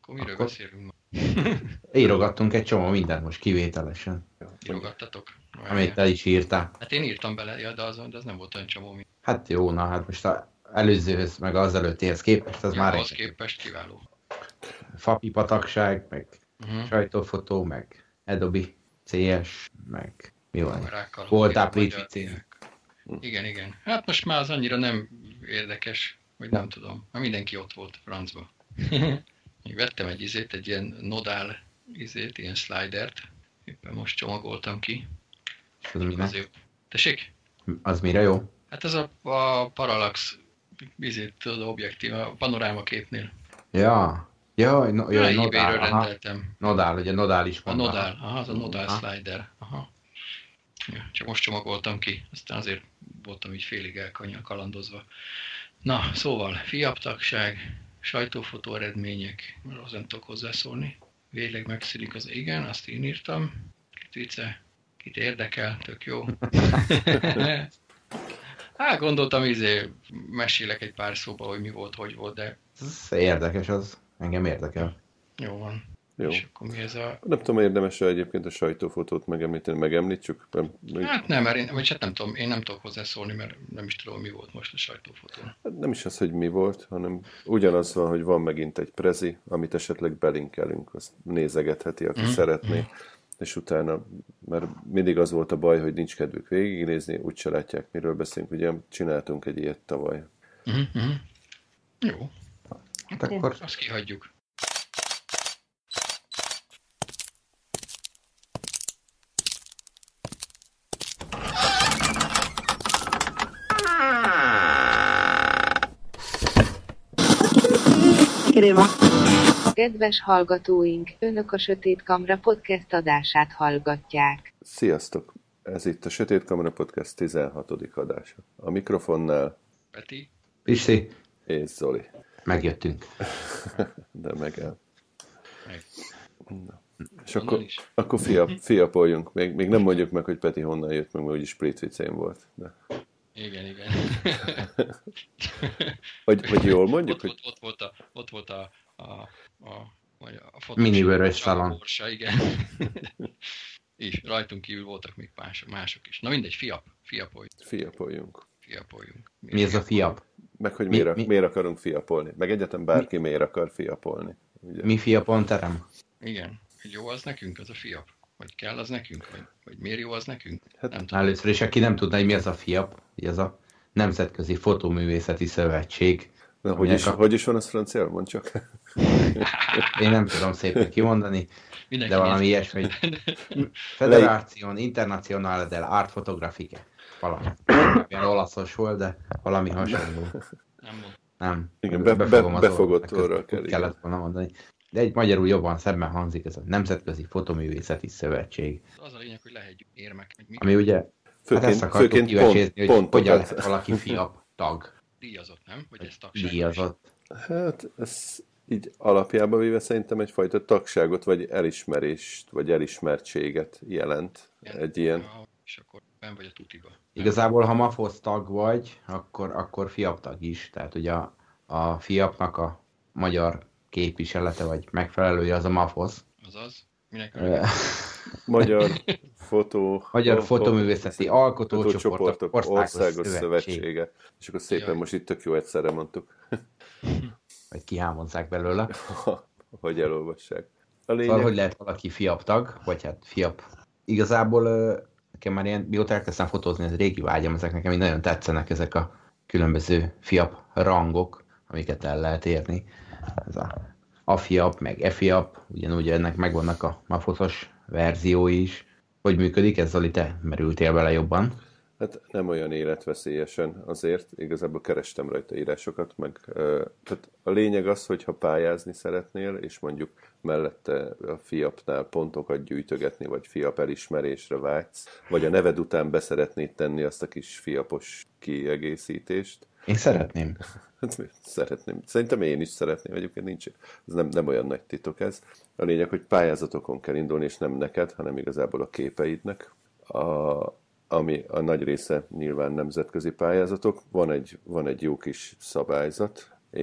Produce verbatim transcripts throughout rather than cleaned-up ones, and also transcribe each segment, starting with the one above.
Akkor miről Akkor beszélünk ma? írogattunk egy csomó mindent most kivételesen. Írogattatok? Amit te is írtál. Hát én írtam bele, ja, de, az, de az nem volt olyan csomó. Mint... Hát jó, na hát most az előzőhöz, meg az előttihez képest, az Ja, már ahhoz egy képest kiváló. fapipa tagság, meg Uh-huh. sajtófotó, meg Adobe cé es, meg mi van? Kamerákkal. Voltál Igen, Plitvic cím. Igen, igen. Hát most már az annyira nem érdekes, hogy nem tudom. Már mindenki ott volt a francba. Még vettem egy izét, egy ilyen nodál izét, ilyen slidert. Éppen most csomagoltam ki. Az minek? Azért... Tessék? Az mire jó? Hát ez a, a parallax izét, tudod, objektív, a panoráma képnél. Ja, Jaj, no, jaj, Ja, nodál, eBay-ről aha. rendeltem. Nodál, ugye nodál is A mondta. nodál, aha, az a nodál Aha. slider. Aha. Ja, csak most csomagoltam ki, aztán azért voltam így félig elkalandozva. Na, szóval, fiaptagság, sajtófotó eredmények, az nem tudok hozzászólni. Végleg megszűnik az igen, azt én írtam. Kit vicce, kit érdekel, tök jó. Hát gondoltam, izé, mesélek egy pár szóba, hogy mi volt, hogy volt, de Ez érdekes az. Engem érdekel. jó van. Jó. És akkor mi ez a... Nem tudom, érdemes-e egyébként a sajtófotót megemlíteni, megemlítsük? Nem, még- Hát nem, mert én, vagy hát nem tudom, én nem tudok hozzászólni, mert nem is tudom, mi volt most a sajtófotón. hát nem is az, hogy mi volt, hanem ugyanaz van, hogy van megint egy prezi, amit esetleg belinkelünk, azt nézegetheti, aki Mhm. szeretné, és utána, mert mindig az volt a baj, hogy nincs kedvük végignézni, úgyse látják, miről beszélünk. Ugye csináltunk egy ilyet tavaly. Uh-huh, uh-huh. Jó, Hát akkor, akkor azt kihagyjuk. Kedves hallgatóink, Önök a Sötét Kamra podcast adását hallgatják. Sziasztok! Ez itt a Sötét Kamra Podcast tizenhatodik adása. A mikrofonnál Peti? Pisti, és Zoli. megjöttünk. De meg el. Meg. Na. És Honnan akkor, is? akkor fia, fiapoljunk. Még, még nem mondjuk meg, hogy Peti honnan jött, meg, mert úgyis Splitvicén volt. De. Igen, igen. Vagy, vagy jól mondjuk, ott, hogy volt, ott volt a, ott volt a, a, a, vagy a fotós Minivörös Csaba szalon. Borsa, igen. És rajtunk kívül voltak még mások, mások is. Na mindegy, fiap, fiapoljunk, fiapoljunk. fiapoljunk. Mi ez a fiap? Meg, hogy Mi- miért, mi- miért akarunk fiapolni. Meg egyetem bárki miért akar fiapolni. Ugye? Mi fiaponterem? Igen, hogy jó az nekünk, az a fiap? Vagy kell az nekünk? Vagy, vagy miért jó az nekünk? Hát Nem tudom. Először is, aki nem tudná, hogy mi az a fiap, hogy ez a Nemzetközi Fotóművészeti Szövetség. Na, hogy, aminek is, a- hogy is van az franciául? Mondd csak. Én nem tudom szépen kimondani, Mindenki de valami nézze. ilyesmi. Federation Internationale del Art Photographique. Valami. Ilyen olaszos volt, de valami hasonló. Nem mond. Nem. Igen, be- be- Befogom az befogott orromat, orral kell, úgy igen. kellett volna mondani. De egy magyarul jobban szebben hangzik, ez a Nemzetközi Fotoművészeti Szövetség. Az a lényeg, hogy lehet érmek, hogy mi Ami ugye, hát Főként, ezt akartuk főként kivesézni, pont, hogy hogyan pontokat. lehet valaki fiap tag, díjazott, nem? Hogy ez tagság. díjazott. Hát ez így alapjában véve szerintem egyfajta tagságot, vagy elismerést, vagy elismertséget jelent. Egy ilyen. Ja, és akkor benn vagy a tutiba. Igazából, ha MAFOS tag vagy, akkor, akkor fiap tag is. Tehát ugye a, a fiapnak a magyar képviselete, vagy megfelelője az a MAFOS. Azaz, minek Ö, Magyar fotó... Magyar fo- Fotoművészeti Alkotócsoportok Fotócsoportok Országos Országos Szövetség. Szövetsége. És akkor szépen Jaj. most itt tök jó egyszerre mondtuk, Vagy kihámozzák belőle. hogy elolvassák. A lényeg, Szóval, hogy lehet valaki fiap tag, vagy hát fiap. Igazából ö, nekem már ilyen, mióta elkezdtem fotózni, ez régi vágyam, ezek nekem így nagyon tetszenek ezek a különböző fiap rangok, amiket el lehet érni. Ez a A-fiap, meg E-fiap, ugyanúgy ennek megvannak a mafoszos verziói is. Hogy működik ez, Zoli, te merültél bele jobban? hát nem olyan életveszélyesen azért, igazából kerestem rajta írásokat, meg ö, tehát a lényeg az, hogy ha pályázni szeretnél, és mondjuk mellette a fiapnál pontokat gyűjtögetni, vagy fiap elismerésre vágysz, vagy a neved után beszeretnéd tenni azt a kis fiapos kiegészítést, Én szeretném. hát szeretném. Szerintem én is szeretném, egyébként nincs, ez nem, nem olyan nagy titok ez. A lényeg, hogy pályázatokon kell indulni, és nem neked, hanem igazából a képeidnek. A, ami a nagy része nyilván nemzetközi pályázatok. Van egy, van egy jó kis szabályzat, ilyen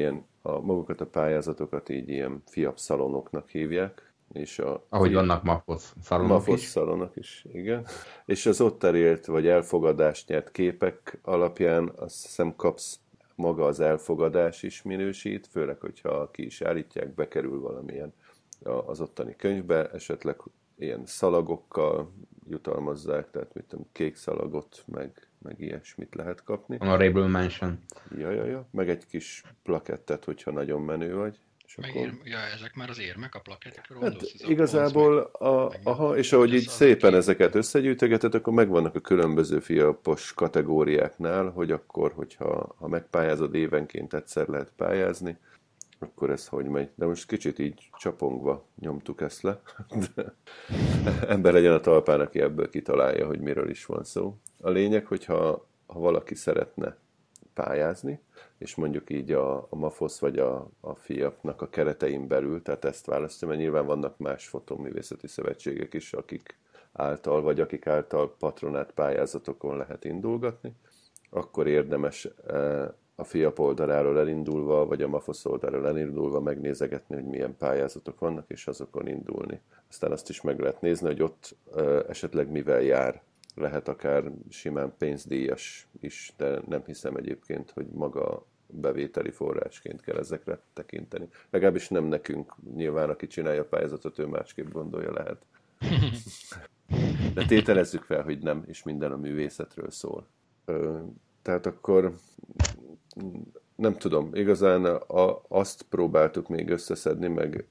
a magukat a pályázatokat így ilyen fiap szalonoknak hívják, és a Ahogy fiap, vannak MAFOS szalonok MAFOS is. szalonok is, igen. És az ott elélt, vagy elfogadást nyert képek alapján azt hiszem kapsz maga az elfogadás is minősít, főleg, hogyha ki is állítják, bekerül valamilyen az ottani könyvbe, esetleg ilyen szalagokkal jutalmazzák, tehát mit tudom, kék szalagot, meg, meg ilyesmit lehet kapni. Honorable Mention. Ja, ja, ja. Meg egy kis plakettet, hogyha nagyon menő vagy. És Meg akkor... ér, ja, ezek már az érmek, a plakettekről Hát gondolsz, ez a igazából, a, meg- aha, és ahogy ez így az, szépen aki- ezeket összegyűjtögeted, akkor megvannak a különböző fiapos kategóriáknál, hogy akkor, hogyha ha megpályázod évenként egyszer lehet pályázni, akkor ez hogy megy. De most kicsit így csapongva nyomtuk ezt le. De ember legyen a talpán, aki ebből kitalálja, hogy miről is van szó. A lényeg, hogyha ha valaki szeretne pályázni, és mondjuk így a, a MAFOS vagy a, a fiapnak a keretein belül, tehát ezt választja, mert nyilván vannak más fotóművészeti szövetségek is, akik által, vagy akik által patronát pályázatokon lehet indulgatni, akkor érdemes a fiap oldaláról elindulva, vagy a MAFOS oldalról elindulva megnézegetni, hogy milyen pályázatok vannak, és azokon indulni. Aztán azt is meg lehet nézni, hogy ott esetleg mivel jár. Lehet akár simán pénzdíjas is, de nem hiszem egyébként, hogy maga bevételi forrásként kell ezekre tekinteni. Legalábbis nem nekünk. Nyilván, aki csinálja a pályázatot, ő másképp gondolja lehet. De tételezzük fel, hogy nem, és minden a művészetről szól. Tehát akkor nem tudom, igazán a, azt próbáltuk még összeszedni, meg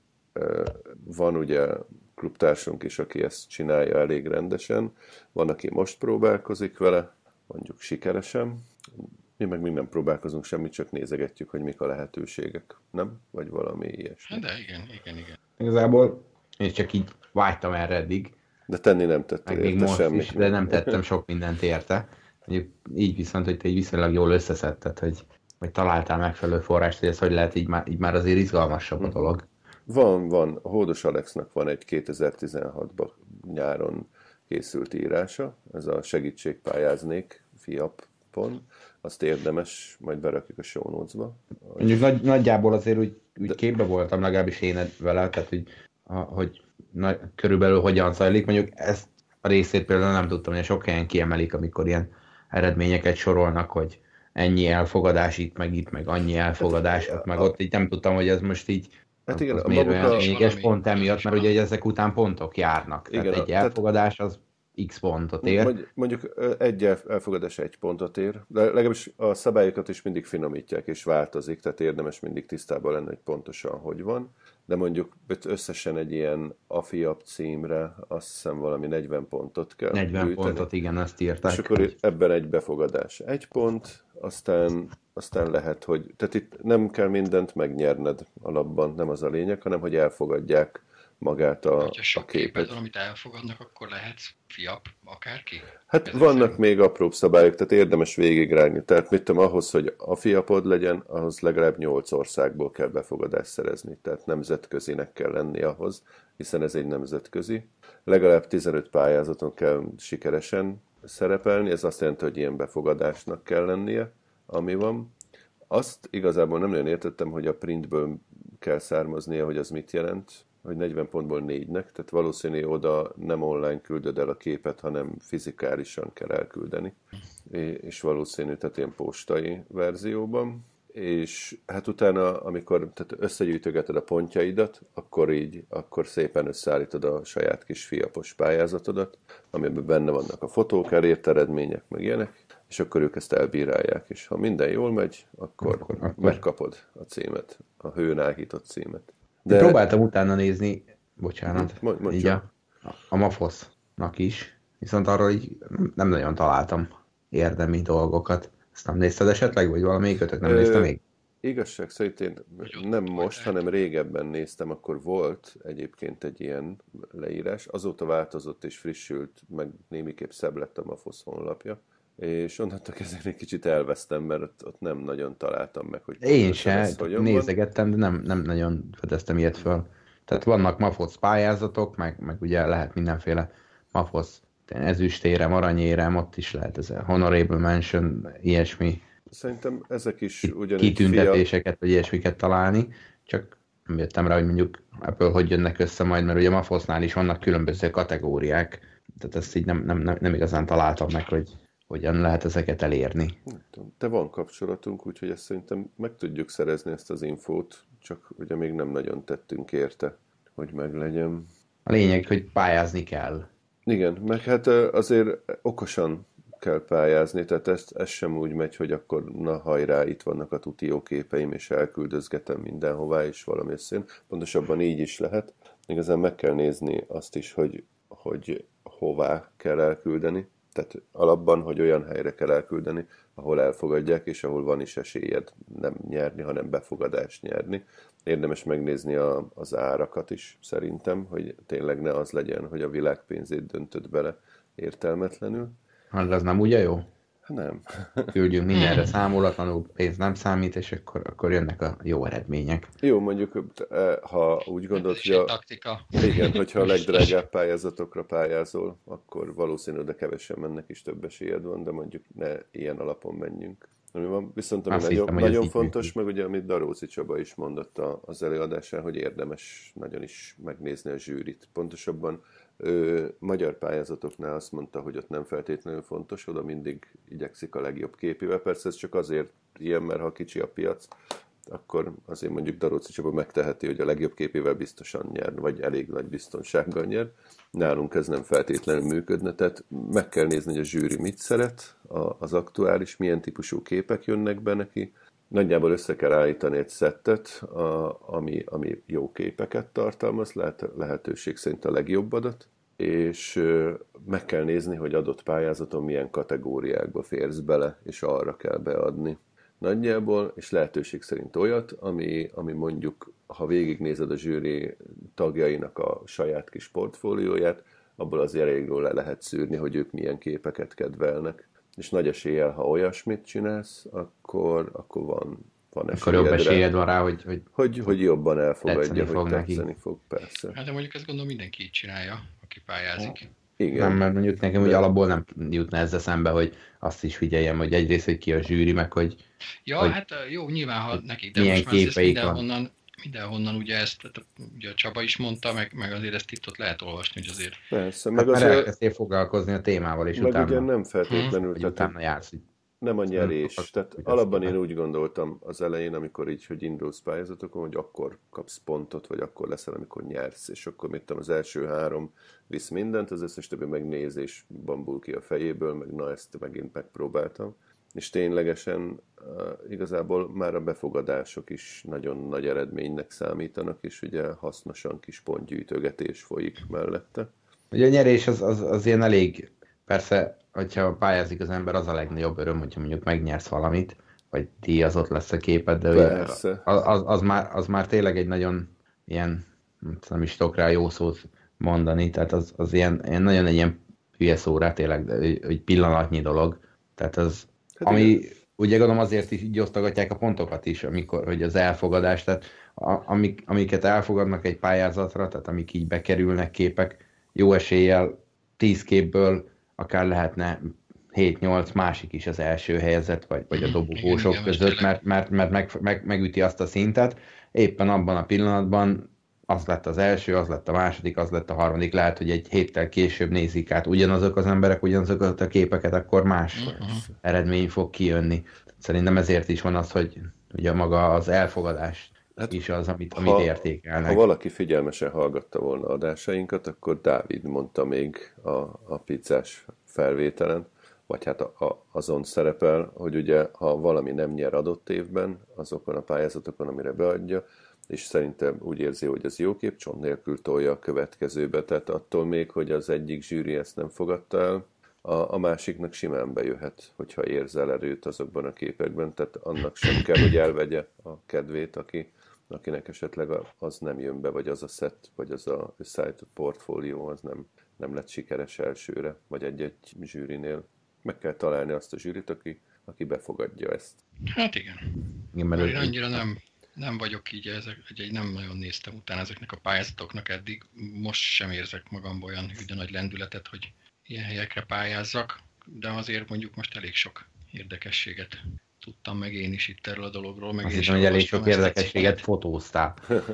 van ugye klubtársunk is, aki ezt csinálja elég rendesen, van, aki most próbálkozik vele, mondjuk sikeresen, mi meg még nem próbálkozunk semmit, csak nézegetjük, hogy mik a lehetőségek, nem? Vagy valami ilyesmi. Hát de igen, igen, igen. Igazából én csak így vágytam erre eddig, De tenni nem tettél meg még érte most semmit. is, de nem tettem sok mindent érte. Mondjuk így viszont, hogy te így viszonylag jól összeszedted, hogy, hogy találtál megfelelő forrást, hogy ez hogy lehet, így már, így már azért izgalmasabb a dolog. Van, van. A Hódos Alexnak van egy kétezer-tizenhatban nyáron készült írása, ez a Segítségpályáznék fiap.pont. Azt érdemes, majd berakjuk a show notes-ba. Mondjuk nagy, nagyjából azért úgy, úgy képbe voltam, legalábbis én vele, tehát hogy, a, hogy na, körülbelül hogyan zajlik. Mondjuk ezt a részét például nem tudtam, hogy sok helyen kiemelik, amikor ilyen eredményeket sorolnak, hogy ennyi elfogadás itt, meg itt, meg annyi elfogadás, hát, meg ott így nem tudtam, hogy ez most így Hát igen, az a miért maguk olyan a- lényeges valami- pont emiatt, mert ugye ezek után pontok járnak. Igen, Tehát a- egy tehát- elfogadás az X pontot ér. Mondj- Mondjuk ö, egy elf- elfogadás egy pontot ér, de legalábbis a szabályokat is mindig finomítják és változik, tehát érdemes mindig tisztában lenni, hogy pontosan hogy van. De mondjuk összesen egy ilyen afiap címre azt hiszem valami negyven pontot kell negyven gyűjteni. pontot, igen, azt írták. És akkor ebben egy befogadás egy pont, aztán, aztán lehet, hogy... Tehát itt nem kell mindent megnyerned alapban, nem az a lényeg, hanem hogy elfogadják magát a, Hogyha a sok képet. képed van, amit elfogadnak, akkor lehetsz fiap, akárki. Hát Ezek vannak szerint. még apróbb szabályok, tehát érdemes végigrágni. Tehát mit tudom, ahhoz, hogy a fiapod legyen, ahhoz legalább nyolc országból kell befogadást szerezni. Tehát nemzetközinek kell lenni ahhoz, hiszen ez egy nemzetközi. Legalább tizenöt pályázaton kell sikeresen szerepelni, ez azt jelenti, hogy ilyen befogadásnak kell lennie, ami van. Azt igazából nem nagyon értettem, hogy a printből kell származnia, hogy az mit jelent, hogy negyven pontból négynek, tehát valószínű oda nem online küldöd el a képet, hanem fizikálisan kell elküldeni, és valószínű, tehát ilyen postai verzióban. És hát utána, amikor tehát összegyűjtögeted a pontjaidat, akkor így, akkor szépen összeállítod a saját kis fiapos pályázatodat, amiben benne vannak a fotók, elért eredmények, meg ilyenek, és akkor ők ezt elbírálják, és ha minden jól megy, akkor, Akkor- akkor- megkapod a címet, a hőn ágított címet. De... Próbáltam utána nézni, bocsánat, Mondj- mondj így csak. a, a MAFOS-nak is, viszont arról így nem nagyon találtam érdemi dolgokat. Ezt nem nézted esetleg, vagy valamelyikötök nem Ö, nézte még? Igazság szerint én Hogy ott nem volt most, el. hanem régebben néztem, akkor volt egyébként egy ilyen leírás. Azóta változott és frissült, meg némiképp szebb lett a MAFOS honlapja. És onnantól kezdve egy kicsit elvesztem, mert ott, ott nem nagyon találtam meg, hogy Én pontosan se, ez hogyan van. nézegettem, de nem, nem nagyon fedeztem ilyet föl. Tehát vannak MAFOS pályázatok, meg, meg ugye lehet mindenféle MAFOS ezüstérem, aranyérem, ott is lehet ez a Honorable Mention, ilyesmi szerintem ezek is ugyanígy kitüntetéseket, vagy ilyesmiket találni, csak nem jöttem rá, hogy mondjuk ebből hogy jönnek össze majd, mert ugye a Mafosnál is vannak különböző kategóriák, tehát ezt így nem, nem, nem, nem igazán találtam meg, hogy hogyan lehet ezeket elérni. Te van kapcsolatunk, úgyhogy ezt szerintem meg tudjuk szerezni ezt az infót, csak ugye még nem nagyon tettünk érte, hogy meglegyen. A lényeg, hogy pályázni kell. Igen, meg hát azért okosan kell pályázni, tehát ez, ez sem úgy megy, hogy akkor na hajrá, itt vannak a tuti jó képeim, és elküldözgetem mindenhová, és valami összén. Pontosabban így is lehet. Igazán meg kell nézni azt is, hogy, hogy hová kell elküldeni. Tehát alapban, hogy olyan helyre kell elküldeni, ahol elfogadják, és ahol van is esélyed nem nyerni, hanem befogadást nyerni. Érdemes megnézni a, az árakat is szerintem, hogy tényleg ne az legyen, hogy a világ pénzét döntöd bele értelmetlenül. Hát az nem ugye jó? Nem. Küldjünk mindenre számolatlanul, pénz nem számít, és akkor, akkor jönnek a jó eredmények. Jó, mondjuk, ha úgy gondolod, hogy a... taktika. Igen, hogyha a legdrágább pályázatokra pályázol, akkor valószínű, de kevesen mennek is, több esélyed van, de mondjuk ne ilyen alapon menjünk. Ami van, viszont ami Azt nagyon, hiszem, hogy nagyon ez így fontos, működik. meg ugye, amit Daróci Csaba is mondott az előadásán, hogy érdemes nagyon is megnézni a zsűrit. Pontosabban ő magyar pályázatoknál azt mondta, hogy ott nem feltétlenül fontos, oda mindig igyekszik a legjobb képével. Persze ez csak azért ilyen, mert ha kicsi a piac, akkor azért mondjuk Daróci Csaba megteheti, hogy a legjobb képével biztosan nyer, vagy elég nagy biztonsággal nyer. Nálunk ez nem feltétlenül működne, tehát meg kell nézni, hogy a zsűri mit szeret, az aktuális, milyen típusú képek jönnek be neki. Nagyjából össze kell állítani egy szettet, a, ami, ami jó képeket tartalmaz, lehet, lehetőség szerint a legjobbadat, és meg kell nézni, hogy adott pályázaton milyen kategóriákba férsz bele, és arra kell beadni. Nagyjából, és lehetőség szerint olyat, ami, ami mondjuk, ha végignézed a zsűri tagjainak a saját kis portfólióját, abból azért elég jól le lehet szűrni, hogy ők milyen képeket kedvelnek. És nagy eséllyel, ha olyasmit csinálsz, akkor, akkor van, van Akkor jobb esélyed van rá, hogy, hogy, hogy, hogy jobban elfogadja, hogy fog tetszeni neki. fog, persze. Hát de mondjuk ezt gondolom mindenki így csinálja, aki pályázik. Igen. Nem, mert mondjuk nekem De- úgy alapból nem jutna ezzel szembe, hogy azt is figyeljem, hogy egyrészt, hogy ki a zsűri, meg hogy Ja, hogy hát jó, nyilván ha nekik, de milyen most már ezt képeik mindenhonnan, mindenhonnan ugye ezt, tehát ugye a Csaba is mondta, meg, meg azért ezt itt ott lehet olvasni, hogy azért Persze, hát meg már azért, elkezdtél foglalkozni a témával, és meg utána, ugye nem feltétlenül, hogy tehát utána jársz. Hogy nem a nyerés. Nem, Tehát hogy alapban azt én úgy gondoltam az elején, amikor így, hogy indulsz pályázatokon, hogy akkor kapsz pontot, vagy akkor leszel, amikor nyersz. És akkor mit tudom, az első három visz mindent, az összes többi megnézés bambul ki a fejéből, meg na ezt megint megpróbáltam. És ténylegesen uh, igazából már a befogadások is nagyon nagy eredménynek számítanak, és ugye hasznosan kis pontgyűjtögetés folyik mellette. Ugye a nyerés az, az, az ilyen elég, persze, hogyha pályázik az ember, az a legnagyobb öröm, hogyha mondjuk megnyersz valamit, vagy díjazott lesz a képed, de ugye Persze. az, az, az, már, az már tényleg egy nagyon ilyen, nem is tudok rá jó szót mondani, tehát az, az ilyen, ilyen nagyon egy ilyen hülye szó rá tényleg, de egy, egy pillanatnyi dolog. Tehát az, Hát ami igen. ugye gondolom azért is így osztogatják a pontokat is, amikor, hogy az elfogadás, tehát a, amik, amiket elfogadnak egy pályázatra, tehát amik így bekerülnek képek, jó eséllyel tíz képből akár lehetne hét-nyolc másik is az első helyezett, vagy, vagy a dobogósok Igen, igen, között, mert, mert, mert meg, meg, megüti azt a szintet. Éppen abban a pillanatban az lett az első, az lett a második, az lett a harmadik, lehet, hogy egy héttel később nézik át ugyanazok az emberek, ugyanazokat a képeket, akkor más Uh-huh. eredmény fog kijönni. Szerintem ezért is van az, hogy ugye maga az elfogadás Hát, is az, amit, ha- amit értékelnek. Ha valaki figyelmesen hallgatta volna adásainkat, akkor Dávid mondta még a, a pizzás felvételen, vagy hát a, a, azon szerepel, hogy ugye ha valami nem nyer adott évben, azokon a pályázatokon, amire beadja, és szerintem úgy érzi, hogy az jó kép, csont nélkül tolja a következőbe. Tehát attól még, hogy az egyik zsűri ezt nem fogadta el, a, a másiknak simán bejöhet, hogyha érzel erőt azokban a képekben. Tehát annak sem kell, hogy elvegye a kedvét, aki, akinek esetleg az nem jön be, vagy az a set, vagy az a összeállított portfólió, az nem, nem lett sikeres elsőre, vagy egy-egy zsűrinél. Meg kell találni azt a zsűrit, aki, aki befogadja ezt. Hát igen. Igen, Mert mert én ez- annyira nem, nem vagyok így, ezek, egy nem nagyon néztem utána ezeknek a pályázatoknak eddig. Most sem érzek magamban olyan hű, de nagy lendületet, hogy ilyen helyekre pályázzak, de azért mondjuk most elég sok érdekességet tudtam meg én is itt erről a dologról. Meg Azt én is hiszem, hogy elég olvastam sok ezt a érdekességet cikket. fotóztál.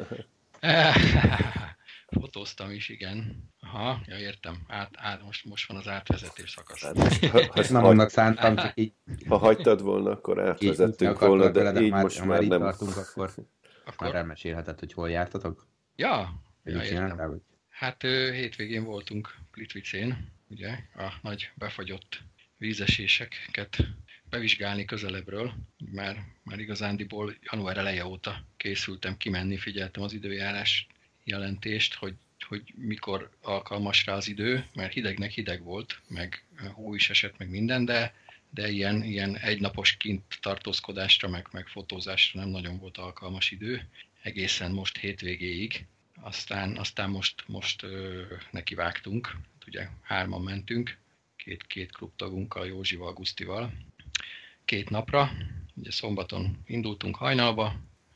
Fotóztam is, igen. Aha, ja, értem. Át, át, most, most van az átvezetés szakasz. Hát, ha, ha, Nem annak szántam, csak így, ha hagytad volna, akkor így átvezettünk volna, de vele, így már, most ha már már nem. itt tartunk, akkor, Akkor... már elmesélheted, hogy hol jártatok? Ja, Hogy ja mit csináltál? értem. Vagy? Hát ö, hétvégén voltunk Plitvicén, ugye, a nagy befagyott vízeséseket bevizsgálni közelebbről, mert már igazándiból január eleje óta készültem kimenni, figyeltem az időjárás jelentést, hogy, hogy mikor alkalmas rá az idő, mert hidegnek hideg volt, meg hó is esett, meg minden, de, de ilyen, ilyen egynapos kint tartózkodásra, meg, meg fotózásra nem nagyon volt alkalmas idő, egészen most hétvégéig. Aztán, aztán most, most ö, nekivágtunk, hát ugye hárman mentünk, két, két klubtagunkkal, Józsival, Gusztival, két napra. Ugye szombaton indultunk hajnalba,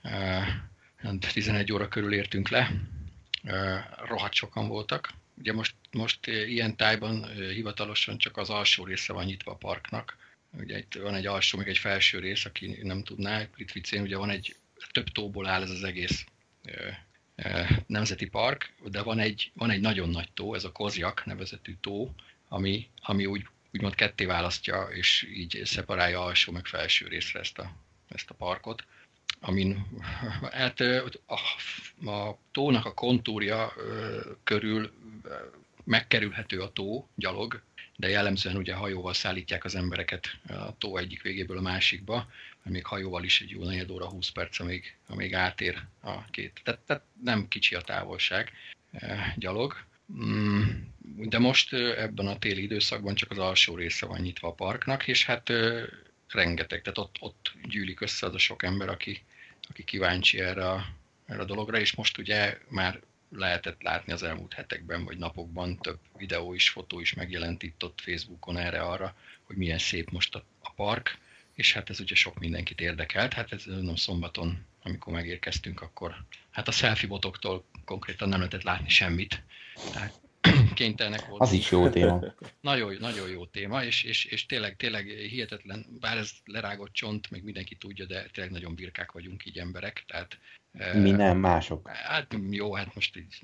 tizenegy óra körül értünk le, rohadt sokan voltak. Ugye most, most ilyen tájban hivatalosan csak az alsó része van nyitva a parknak. Ugye itt van egy alsó, meg egy felső rész, aki nem tudná, Plitvicén ugye van egy, több tóból áll ez az egész nemzeti park, de van egy, van egy nagyon nagy tó, ez a Kozjak nevezetű tó, ami, ami úgy, úgymond ketté választja, és így szeparálja alsó meg felső részre ezt a, ezt a parkot, amin hát, a, a tónak a kontúrja körül megkerülhető a tó gyalog, de jellemzően ugye hajóval szállítják az embereket a tó egyik végéből a másikba, mert még hajóval is egy jó negyed óra, húsz perc, amíg, amíg átér a két. Tehát, tehát nem kicsi a távolság gyalog. De most ebben a téli időszakban csak az alsó része van nyitva a parknak, és hát rengeteg, tehát ott, ott gyűlik össze az a sok ember, aki, aki kíváncsi erre a, erre a dologra, és most ugye már lehetett látni az elmúlt hetekben vagy napokban több videó is, fotó is megjelent itt ott Facebookon erre-arra, hogy milyen szép most a, a park, és hát ez ugye sok mindenkit érdekelt. Hát ez nem szombaton, amikor megérkeztünk, akkor hát a selfie botoktól konkrétan nem lehetett látni semmit. Tehát kénytelenek volt. Az is jó téma. Nagyon, nagyon jó téma, és, és, és tényleg, tényleg hihetetlen, bár ez lerágott csont, meg mindenki tudja, de tényleg nagyon birkák vagyunk így emberek, tehát... Mi nem, mások. Hát jó, hát most így...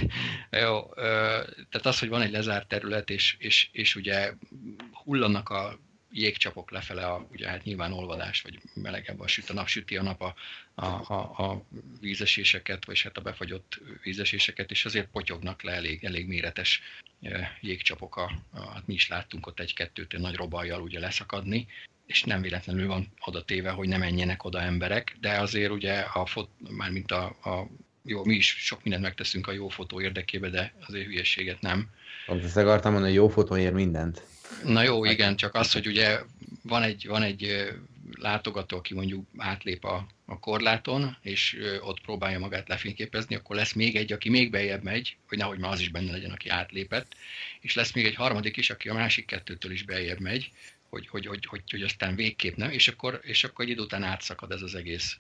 jó, tehát az, hogy van egy lezárt terület, és, és, és ugye hullanak a jégcsapok lefele, a, ugye hát nyilván olvadás, vagy melegebb a süt, a nap süti a nap a, a, a, a vízeséseket, vagy hát a befagyott vízeséseket, és azért potyognak le elég, elég méretes jégcsapok. A, a, hát mi is láttunk ott egy-kettőt nagy robajjal ugye leszakadni, és nem véletlenül van oda téve, hogy ne menjenek oda emberek, de azért ugye a fot, mármint a, a jó, mi is sok mindent megteszünk a jó fotó érdekében, de azért hülyességet nem. Pont ezt akartam mondani, hogy jó fotó ér mindent. Na jó, igen, csak az, hogy ugye van egy, van egy látogató, aki mondjuk átlép a, a korláton, és ott próbálja magát lefényképezni, akkor lesz még egy, aki még beljebb megy, hogy nehogy már az is benne legyen, aki átlépett, és lesz még egy harmadik is, aki a másik kettőtől is beljebb megy, hogy, hogy, hogy, hogy, hogy aztán végképp nem, és akkor, és akkor egy idő után átszakad ez az egész,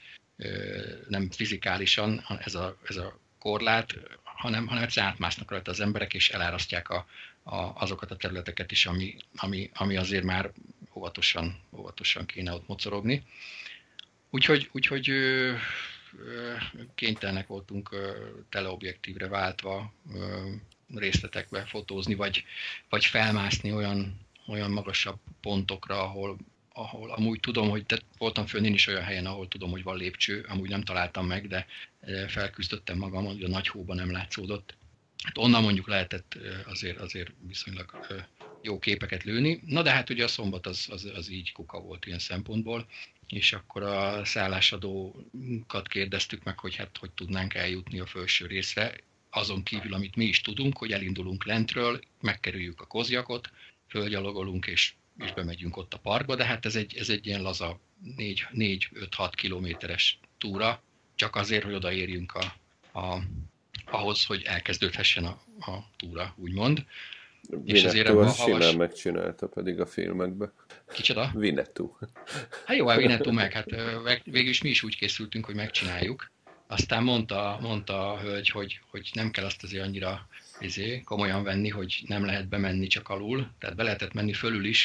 nem fizikálisan ez a, ez a korlát, hanem, hanem egyszerűen átmásznak rajta az emberek, és elárasztják a, a, azokat a területeket is, ami, ami, ami azért már óvatosan, óvatosan kéne ott mocorogni. Úgyhogy, úgyhogy ö, ö, kénytelenek voltunk ö, teleobjektívre váltva ö, részletekbe fotózni, vagy, vagy felmászni olyan, olyan magasabb pontokra, ahol, ahol amúgy tudom, hogy te, voltam fönn én is olyan helyen, ahol tudom, hogy van lépcső, amúgy nem találtam meg, de felküzdöttem magam, hogy a nagy hóban nem látszódott. Hát onnan mondjuk lehetett azért, azért viszonylag jó képeket lőni. Na de hát ugye a szombat az, az, az így kuka volt ilyen szempontból, és akkor a szállásadókat kérdeztük meg, hogy hát hogy tudnánk eljutni a felső részre, azon kívül, amit mi is tudunk, hogy elindulunk lentről, megkerüljük a Kozjakot, fölgyalogolunk és, és bemegyünk ott a parkba, de hát ez egy, ez egy ilyen laza négy-öt-hat kilométeres túra, csak azért, hogy odaérjünk a, a, ahhoz, hogy elkezdődhessen a, a túra, úgymond. Vinettu azt havas... simán megcsinálta pedig a filmekben. Kicsoda? Vinettu. Hát jó, hát Vinettu meg, hát végül is mi is úgy készültünk, hogy megcsináljuk. Aztán mondta, mondta a hölgy, hogy, hogy nem kell azt azért annyira izé, komolyan venni, hogy nem lehet bemenni csak alul, tehát be lehetett menni fölül is,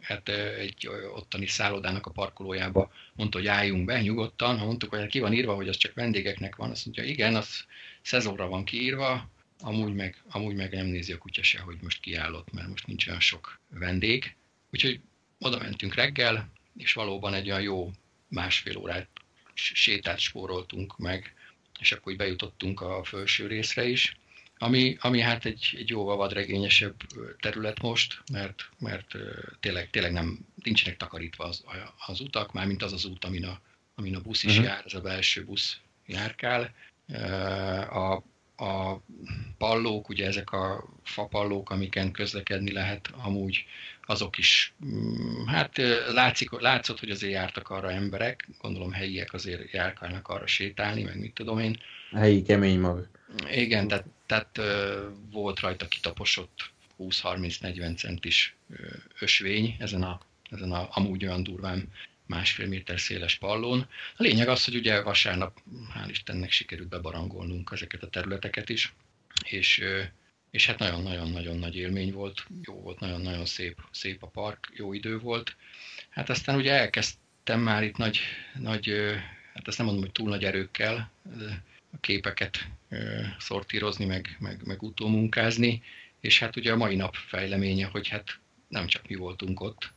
hát egy ottani szállodának a parkolójába mondta, hogy álljunk be nyugodtan. Ha mondtuk, hogy ki van írva, hogy az csak vendégeknek van, azt mondja, igen, az szezonra van kiírva, amúgy meg, amúgy meg nem nézi a kutya se, hogy most kiállott, mert most nincs olyan sok vendég. Úgyhogy oda mentünk reggel, és valóban egy olyan jó másfél órát sétát spóroltunk meg, és akkor így bejutottunk a felső részre is, ami, ami hát egy, egy jóval vadregényesebb terület most, mert, mert tényleg, tényleg nem, nincsenek takarítva az, az utak, mármint az az út, amin a, amin a busz is uh-huh. jár, ez a belső busz járkál. A, a pallók, ugye ezek a fapallók, amiken közlekedni lehet, amúgy azok is, hát látszik, látszott, hogy azért jártak arra emberek, gondolom helyiek azért járkálnak arra sétálni, meg mit tudom én. Helyi kemény mag. Igen, tehát, tehát volt rajta kitaposott húsz-harminc-negyven centis ösvény ezen a, ezen a amúgy olyan durván másfél méter széles pallón. A lényeg az, hogy ugye vasárnap, hál' Istennek sikerült bebarangolnunk ezeket a területeket is, és, és hát nagyon-nagyon-nagyon nagy élmény volt, jó volt, nagyon-nagyon szép, szép a park, jó idő volt. Hát aztán ugye elkezdtem már itt nagy, nagy hát ezt nem mondom, hogy túl nagy erőkkel a képeket szortírozni, meg, meg, meg utómunkázni, és hát ugye a mai nap fejleménye, hogy hát nem csak mi voltunk ott,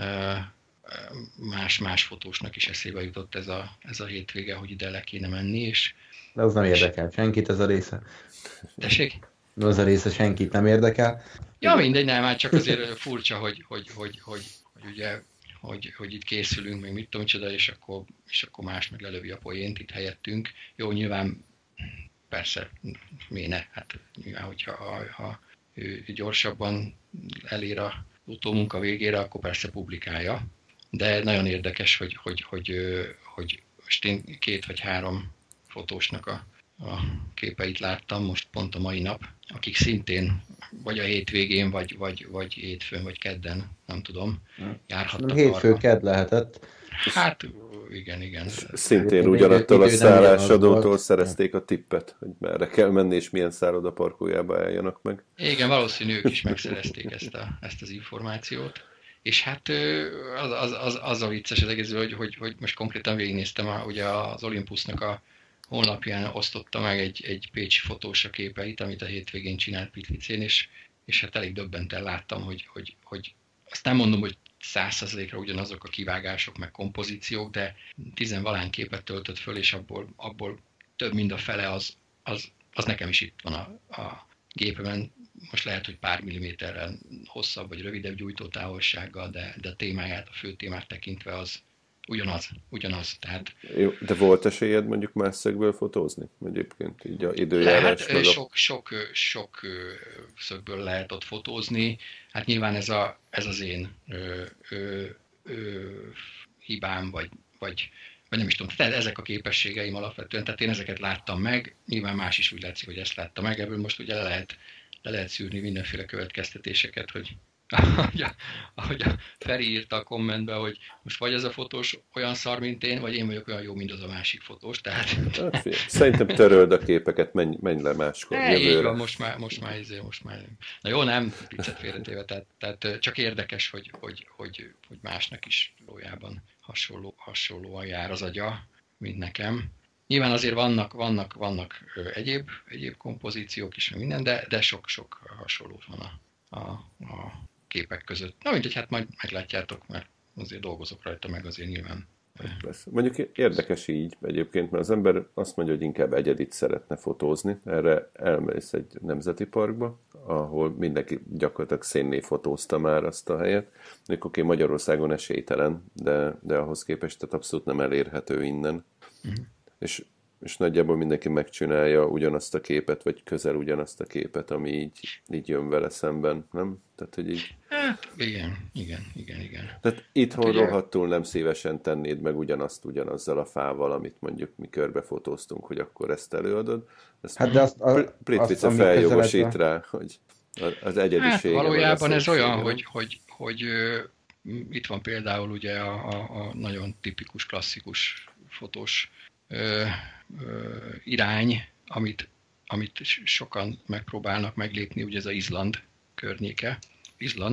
más-más fotósnak is eszébe jutott ez a, ez a hétvége, hogy ide le kéne menni, és... De az nem érdekel senkit, ez a része. Tessék? Az a része senkit nem érdekel. Ja, mindegy, nem, már csak azért furcsa, hogy, hogy, hogy, hogy, hogy ugye, hogy, hogy itt készülünk, meg mit tudom csoda, és akkor, és akkor más meg lelövi a poént itt helyettünk. Jó, nyilván persze, miért ne? Hát nyilván, hogyha ha, ha ő gyorsabban elér a utómunka végére, akkor persze publikálja. De nagyon érdekes, hogy, hogy, hogy, hogy most én két vagy három fotósnak a, a képeit láttam most pont a mai nap, akik szintén vagy a hétvégén, vagy, vagy, vagy hétfőn, vagy kedden, nem tudom, járhattak arra. Hétfő, kedd lehetett. Hát igen, igen. Szintén ugyanattól a szállásadótól szerezték a tippet, hogy merre kell menni, és milyen szálloda parkoljába álljanak meg. Igen, valószínű ők is megszerezték ezt, a, ezt az információt. És hát az, az, az, az a vicces az egész, hogy, hogy, hogy most konkrétan végignéztem, a, ugye az Olympusnak a honlapján osztotta meg egy, egy pécsi fotós a képeit, amit a hétvégén csinált Pitvicén, és, és hát elég döbbenten láttam, hogy, hogy, hogy azt nem mondom, hogy száz százalékra ugyanazok a kivágások, meg kompozíciók, de tizenvalány képet töltött föl, és abból, abból több mint a fele az, az, az nekem is itt van a, a gépemen. Most lehet, hogy pár milliméterrel hosszabb vagy rövidebb gyújtótávolsággal, de, de a témáját, a fő témát tekintve az ugyanaz, ugyanaz. Tehát... Jó, de volt esélyed mondjuk más szögből fotózni? Egyébként így a időjárás? Lehet, a... sok, sok, sok szögből lehet ott fotózni. Hát nyilván ez, a, ez az én ö, ö, ö, hibám, vagy, vagy, vagy nem is tudom, tehát ezek a képességeim alapvetően, tehát én ezeket láttam meg, nyilván más is úgy látszik, hogy ezt látta meg, ebből most ugye le lehet, le lehet szűrni mindenféle következtetéseket, hogy ahogy a, ahogy a Feri írta a kommentbe, hogy most vagy ez a fotós olyan szar, mint én, vagy én vagyok olyan jó, mint az a másik fotós. Tehát... Hát, szerintem töröld a képeket, menj, menj le máskor. Ne, így van, most már, most már, izé, most már. Na jó, nem, picit félretéve, tehát, tehát csak érdekes, hogy, hogy, hogy, hogy másnak is valójában hasonló, hasonlóan jár az agya, mint nekem. Nyilván azért vannak, vannak, vannak egyéb, egyéb kompozíciók is, minden, de, de sok-sok hasonló van a, a, a képek között. Na mindegy, hát majd meglátjátok, mert azért dolgozok rajta, meg azért nyilván. Lesz. Mondjuk érdekes így egyébként, mert az ember azt mondja, hogy inkább egyedit szeretne fotózni. Erre elmész egy nemzeti parkba, ahol mindenki gyakorlatilag szénné fotózta már azt a helyet. Mondjuk oké, Magyarországon esélytelen, de, de ahhoz képest tehát abszolút nem elérhető innen. Uh-huh. És és nagyjából mindenki megcsinálja ugyanazt a képet, vagy közel ugyanazt a képet, ami így, így jön vele szemben, nem? Tehát, hogy így... Hát, igen, igen, igen, igen. Tehát itthon hát, ugye... rohadtul nem szívesen tennéd meg ugyanazt ugyanazzal a fával, amit mondjuk mi körbefotóztunk, hogy akkor ezt előadod. Ezt hát de azt, a, Plitvice feljogosít rá, hogy az egyedisége... Hát valójában ez olyan, hogy, hogy, hogy uh, itt van például ugye a, a, a nagyon tipikus, klasszikus fotós Ö, ö, irány, amit, amit sokan megpróbálnak meglépni, ugye ez az Izland környéke. Izland,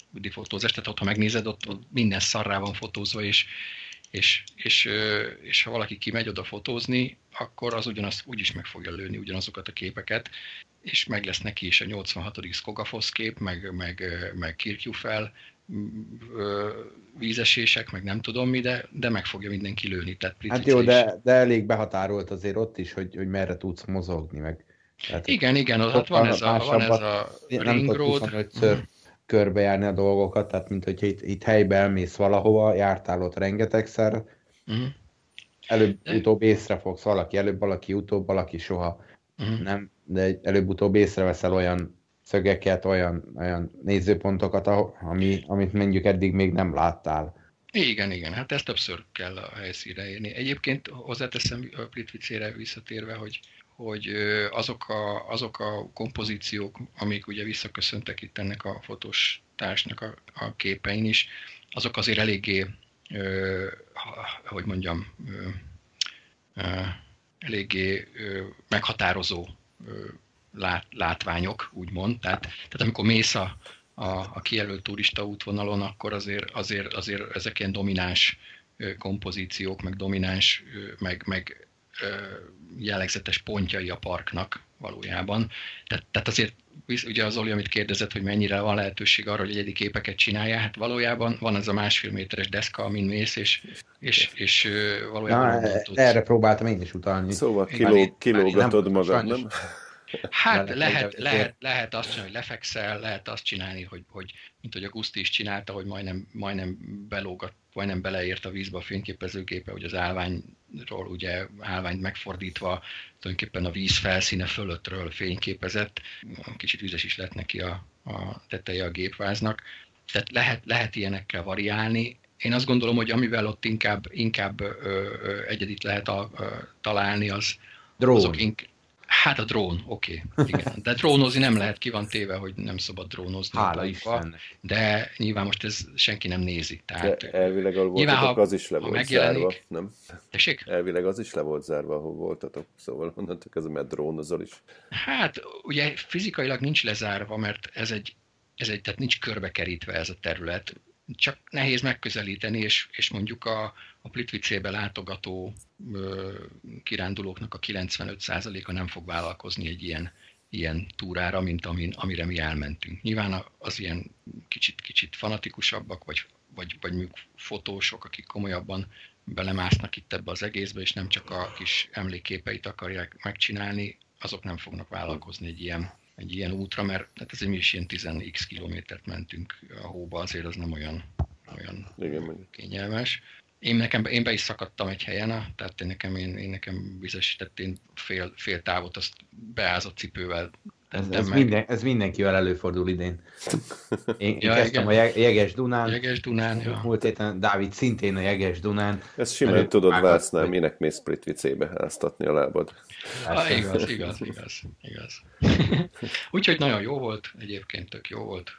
budi fotózás, tehát ott, ha megnézed, ott, ott minden szarrá van fotózva, és, és, és, és ha valaki kimegy oda fotózni, akkor az ugyanaz, úgyis meg fogja lőni ugyanazokat a képeket, és meg lesz neki is a nyolcvanhatodik Skogafoss kép, meg, meg, meg Kirkjufel, vízesések, meg nem tudom mi, de, de meg fogja mindenki lőni. Tehát hát jó, de, de elég behatárolt azért ott is, hogy, hogy merre tudsz mozogni, meg... Tehát igen, igen, ott van ez a, van ez a ring road. huszonötször uh-huh. körbejárni a dolgokat, tehát mint hogyha itt, itt helybe elmész valahova, jártál ott rengetegszer, uh-huh. előbb-utóbb észre fogsz, valaki előbb, valaki utóbb, valaki soha uh-huh. nem, de előbb-utóbb észreveszel olyan szögeket, olyan, olyan nézőpontokat, ami, amit mondjuk eddig még nem láttál. Igen, igen, hát ezt többször kell a helyszínre érni. Egyébként hozzáteszem a Plitvicére visszatérve, hogy, hogy azok, a, azok a kompozíciók, amik ugye visszaköszöntek itt ennek a fotós társnak a, a képein is, azok azért eléggé, ö, hogy mondjam, ö, ö, eléggé ö, meghatározó ö, lát, látványok, úgymond. Tehát, tehát amikor mész a, a, a kijelölt turista útvonalon, akkor azért, azért, azért ezek ilyen domináns ö, kompozíciók, meg domináns, ö, meg, meg ö, jellegzetes pontjai a parknak valójában. Tehát, tehát azért ugye az Zoli, amit kérdezett, hogy mennyire van lehetőség arra, hogy egyedi képeket csinálja, hát valójában van ez a másfél méteres deszka, amin mész, és, és, és valójában... Na, tudsz... Erre próbáltam én is utalni. Szóval kiló, kilógatod nem, magad, nem? Hát lehet, lehet, lehet azt csinálni, hogy lefekszel, lehet azt csinálni, hogy, hogy mint hogy a Guszti is csinálta, hogy majdnem, majdnem belógat, majdnem beleért a vízbe a fényképezőgépe, hogy az állványról, ugye állványt megfordítva, tulajdonképpen a víz felszíne fölöttről fényképezett. Kicsit üzes is lett neki a, a teteje a gépváznak. Tehát lehet, lehet ilyenekkel variálni. Én azt gondolom, hogy amivel ott inkább, inkább ö, ö, egyedit lehet a, ö, találni, az, azok inkább... Hát a drón, oké, okay, igen. De drónozni nem lehet, ki van téve, hogy nem szabad drónozni. Hála Istennek. De nyilván most ez senki nem nézi. Tehát, de elvileg ahol voltatok, az is le volt zárva, nem? Tessék? Elvileg az is le volt zárva, ahol voltatok, szóval onnantól ez, mert drónozol is. Hát ugye fizikailag nincs lezárva, mert ez egy, ez egy tehát nincs körbekerítve ez a terület. Csak nehéz megközelíteni, és, és mondjuk a, a Plitvicébe látogató ö, kirándulóknak a kilencvenöt százaléka nem fog vállalkozni egy ilyen, ilyen túrára, mint amin, amire mi elmentünk. Nyilván az ilyen kicsit, kicsit fanatikusabbak, vagy, vagy, vagy fotósok, akik komolyabban belemásznak itt ebbe az egészbe, és nem csak a kis emlékképeit akarják megcsinálni, azok nem fognak vállalkozni egy ilyen egy ilyen útra, mert hát ez mi is ilyen tíz x kilométert mentünk a hóba, azért az nem olyan, olyan igen, kényelmes. Én, nekem, én be is szakadtam egy helyen, tehát én nekem, én, én nekem vizesített, én fél, fél távot azt beázott cipővel. Ez, ez, minden, ez mindenkivel előfordul idén. Én, ja, én kezdtem igen. a Jeges Dunán. Jeges Dunán, ja. Múlt héten Dávid szintén a Jeges Dunán. Ezt simán tudod Vásznál, minek mész Plitvicébe háztatni a lábad. Ah, igaz, igaz, igaz, igaz. Úgyhogy nagyon jó volt, egyébként tök jó volt.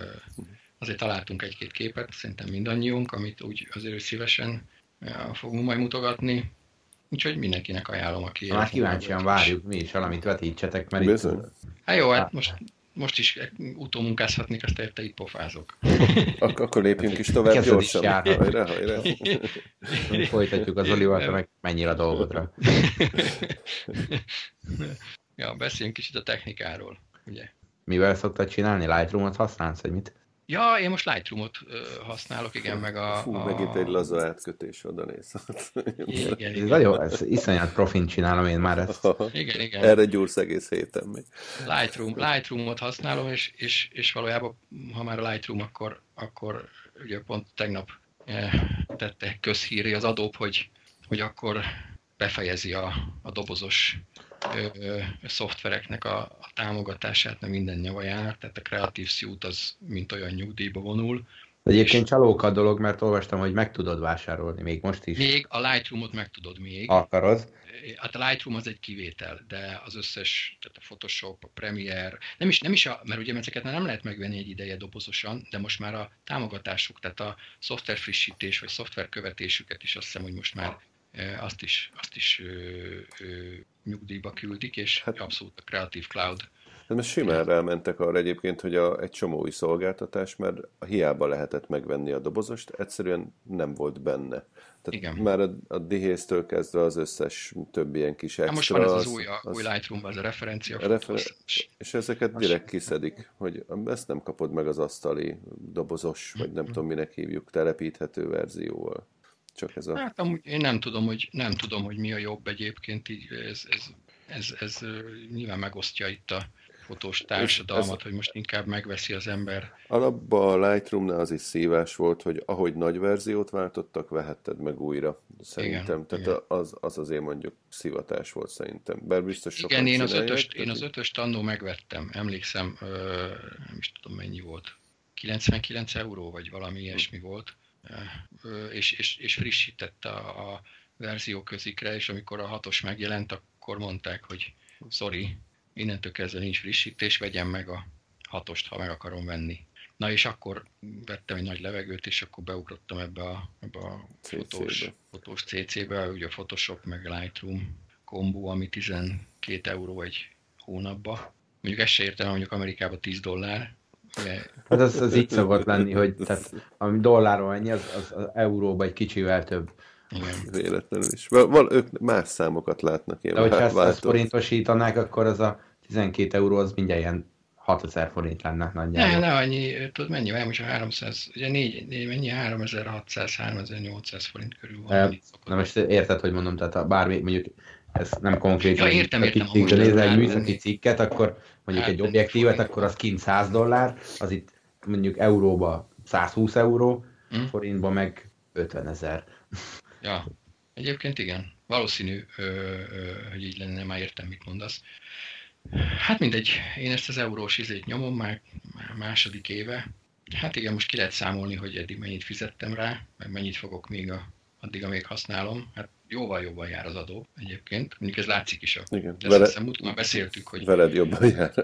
Azért találtunk egy-két képet, szerintem mindannyiunk, amit úgy azért szívesen fogunk majd mutogatni. Úgyhogy mindenkinek ajánlom, aki... Már kíváncsian várjuk mi is valamit vetítsetek, mert itt... Hát jó, hát most, most is utómunkázhatnék, azt érte itt pofázok. Ak- akkor lépjünk is tovább Kezded gyorsan. Is hajrá, hajrá. Folytatjuk az Olival, te meg mennyire a dolgodra. Ja, beszéljünk kicsit a technikáról, ugye. Mivel szoktad csinálni? Lightroom-ot használsz, vagy mit? Ja, én most Lightroom-ot uh, használok, igen, meg a... Fú, a... megint egy laza átkötés oda néz. Igen, igen, ez nagyon, ez iszonyat profin csinálom én már ezt. Igen, igen. Erre gyúrsz egész héten még. Lightroom, Lightroom-ot használom, és, és, és valójában, ha már a Lightroom, akkor, akkor ugye pont tegnap eh, tette közhíré az Adobe, hogy, hogy akkor befejezi a, a dobozos ö, ö, szoftvereknek a, a támogatását, nem minden nyavajár, tehát a Creative Suite az mint olyan nyugdíjba vonul. De egyébként csalóka a dolog, mert olvastam, hogy meg tudod vásárolni, még most is. Még a Lightroom-ot meg tudod még. Akarod? Hát a Lightroom az egy kivétel, de az összes, tehát a Photoshop, a Premiere, nem is, nem is a, mert ugye ezeket nem lehet megvenni egy ideje dobozosan, de most már a támogatásuk, tehát a szoftver frissítés, vagy szoftver követésüket is azt hiszem, hogy most már azt is, azt is ö, ö, nyugdíjba küldik, és hát, abszolút a Creative Cloud Hát most simán rámentek arra egyébként, hogy a, egy csomó új szolgáltatás, mert hiába lehetett megvenni a dobozost, egyszerűen nem volt benne. Tehát Igen. már a, a dihéztől kezdve az összes több ilyen kis extra... Hát most van ez az, az új, az, új Lightroom, az a referencia a refer... fotós. És ezeket direkt kiszedik, hogy ezt nem kapod meg az asztali dobozos, vagy nem tudom minek hívjuk, telepíthető verzióval. Csak ez a... Hát amúgy én nem tudom, hogy, nem tudom, hogy mi a jobb egyébként, így ez, ez, ez, ez, ez nyilván megosztja itt a fotós társadalmat, ez... hogy most inkább megveszi az ember. Alapban a Lightroomnál az is szívás volt, hogy ahogy nagy verziót váltottak, vehetted meg újra, szerintem. Igen, Tehát igen. Az, az azért mondjuk szivatás volt szerintem. Bár biztos sokan igen, én az, csinálják, ötöst, én az ötöst annó megvettem, emlékszem, ö, nem is tudom mennyi volt, kilencvenkilenc euró, vagy valami ilyesmi volt. És, és, és frissítette a, a verzió közikre, és amikor a hatos megjelent, akkor mondták, hogy sorry, innentől kezdve nincs frissítés, vegyem meg a hatost, ha meg akarom venni. Na és akkor vettem egy nagy levegőt, és akkor beugrottam ebbe a, ebbe a fotós, fotós cé cé-be, ugye a Photoshop meg Lightroom kombó, ami tizenkét euró egy hónapba. Mondjuk ezt se értem, mondjuk Amerikában tíz dollár. Yeah. Hát az, az így szokott lenni, hogy tehát, ami dollárról ennyi, az, az, az euróba egy kicsivel több. Igen. Véletlenül is. Val, ők más számokat látnak. De hogyha ezt, ezt forintosítanák, akkor az a tizenkét euró, az mindjárt ilyen hatezer forint lenne nagyjából. Ne, ne annyi, tudod mennyi van, most a háromszáz, ugye négy, négy mennyi, háromezer-hatszáz, háromezer-nyolcszáz forint körül van. E, na most érted, hogy mondom, tehát a bármi, mondjuk ez nem konkrétan, ja, értem, értem, ha most nézel egy műszaki cikket, akkor mondjuk hát, egy objektívet, akkor az kint száz dollár, az itt mondjuk euróba százhúsz euró, hmm. forintba meg ötvenezer. Ja, egyébként igen. Valószínű, ö, ö, hogy így lenne, már értem, mit mondasz. Hát mindegy, én ezt az eurós izét nyomom már, már második éve. Hát igen, most ki lehet számolni, hogy eddig mennyit fizettem rá, meg mennyit fogok még a, addig, amíg használom. Hát jóval jobban jár az adó egyébként. Mondjuk ez látszik is. A, igen, de vele, ezt hiszem, már beszéltük, hogy... Veled jobban jár.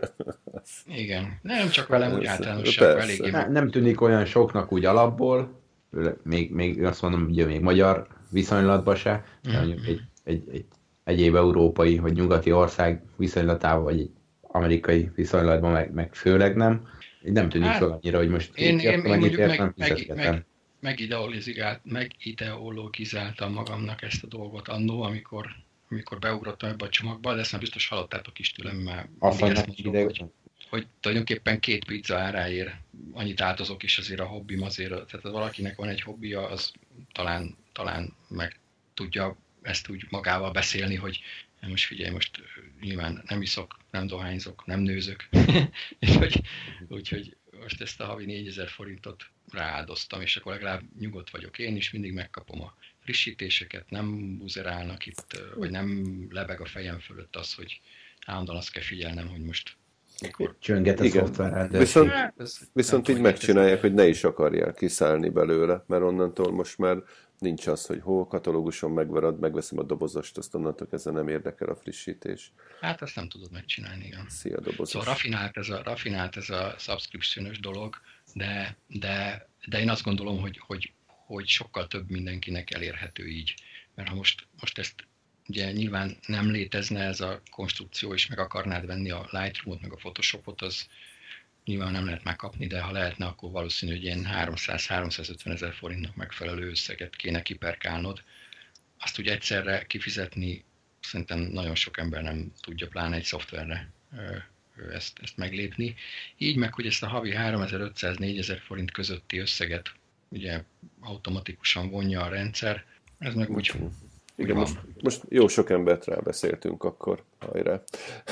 Igen, nem csak velem, úgy általánosságban eléggé. Nem, nem tűnik olyan soknak úgy alapból, még, még azt mondom, ugye még magyar viszonylatban se, de mondjuk egy, egy, egy egyéb európai vagy nyugati ország viszonylatában, vagy egy amerikai viszonylatban meg, meg főleg nem. Nem tűnik hát, fel annyira, hogy most én, én, én mondjuk meg, nem meg, meg, megideologizált, megideologizáltam magamnak ezt a dolgot annó, amikor, amikor beugrottam ebbe a csomagba, de ezt már biztos hallottátok is tőlem már. Azt mondom, hogy, hogy tulajdonképpen két pizza áráért annyit áldozok is azért a hobbim azért, tehát valakinek van egy hobbija, az talán, talán meg tudja ezt úgy magával beszélni, hogy most figyelj, most nyilván nem iszok, nem dohányzok, nem nőzök, úgyhogy, úgyhogy most ezt a havi négyezer forintot rááldoztam, és akkor legalább nyugodt vagyok én is, mindig megkapom a frissítéseket, nem buzerálnak itt, vagy nem lebeg a fejem fölött az, hogy állandóan azt kell figyelnem, hogy most mikor... Csönget a szoftverrendőrség. Viszont, hát, viszont így megcsinálják, hogy ne is akarják kiszállni belőle, mert onnantól most már nincs az, hogy hol katalóguson megverad, megveszem a dobozost, azt onnantól kezdve nem érdekel a frissítés. Hát ezt nem tudod megcsinálni, igen. Szia, dobozos. Szóval rafinált ez a, rafinált ez a subscription-ös dolog, de, de, de én azt gondolom, hogy, hogy, hogy sokkal több mindenkinek elérhető így. Mert ha most, most ezt ugye nyilván nem létezne ez a konstrukció, és meg akarnád venni a Lightroom-ot, meg a Photoshopot, az nyilván nem lehet megkapni, de ha lehetne, akkor valószínű, hogy ilyen háromszáz-háromszázötven ezer forintnak megfelelő összeget kéne kiperkálnod. Azt úgy egyszerre kifizetni, szerintem nagyon sok ember nem tudja, pláne egy szoftverre ezt, ezt meglépni. Így meg, hogy ezt a havi háromezer-ötszáz-négyezer forint közötti összeget ugye automatikusan vonja a rendszer, ez meg úgy... Igen, most, most jó sok embert rábeszéltünk akkor, hajrá.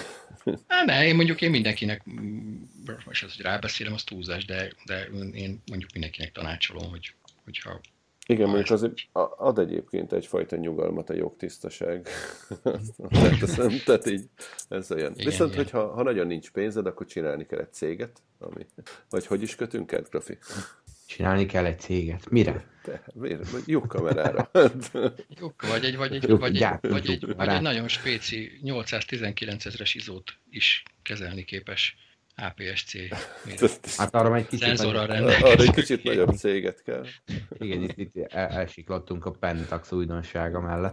Há, ne, én mondjuk én mindenkinek, most az, hogy rábeszélem, az túlzás, de, de én mondjuk mindenkinek tanácsolom, hogy, hogyha... Igen, mondjuk azért ad egyébként egyfajta nyugalmat a jogtisztaság. Tehát így, ez olyan. Igen, viszont, igen. Hogyha ha nagyon nincs pénzed, akkor csinálni kell egy céget, ami... Vagy hogy is kötünk el, Grafi? Csinálni kell egy céget. Mire? Te, miért? Jó kamerára. Jó, vagy egy, vagy egy, Jó, vagy egy, vagy egy, vagy egy nagyon spéci nyolcszáztizenkilenc ezres izót is kezelni képes á pé es cé. Hát arra egy kicsit, szenzorral arra egy kicsit nagyobb céget kell. Igen, itt, itt el, elsiklottunk a Pentax újdonsága mellett.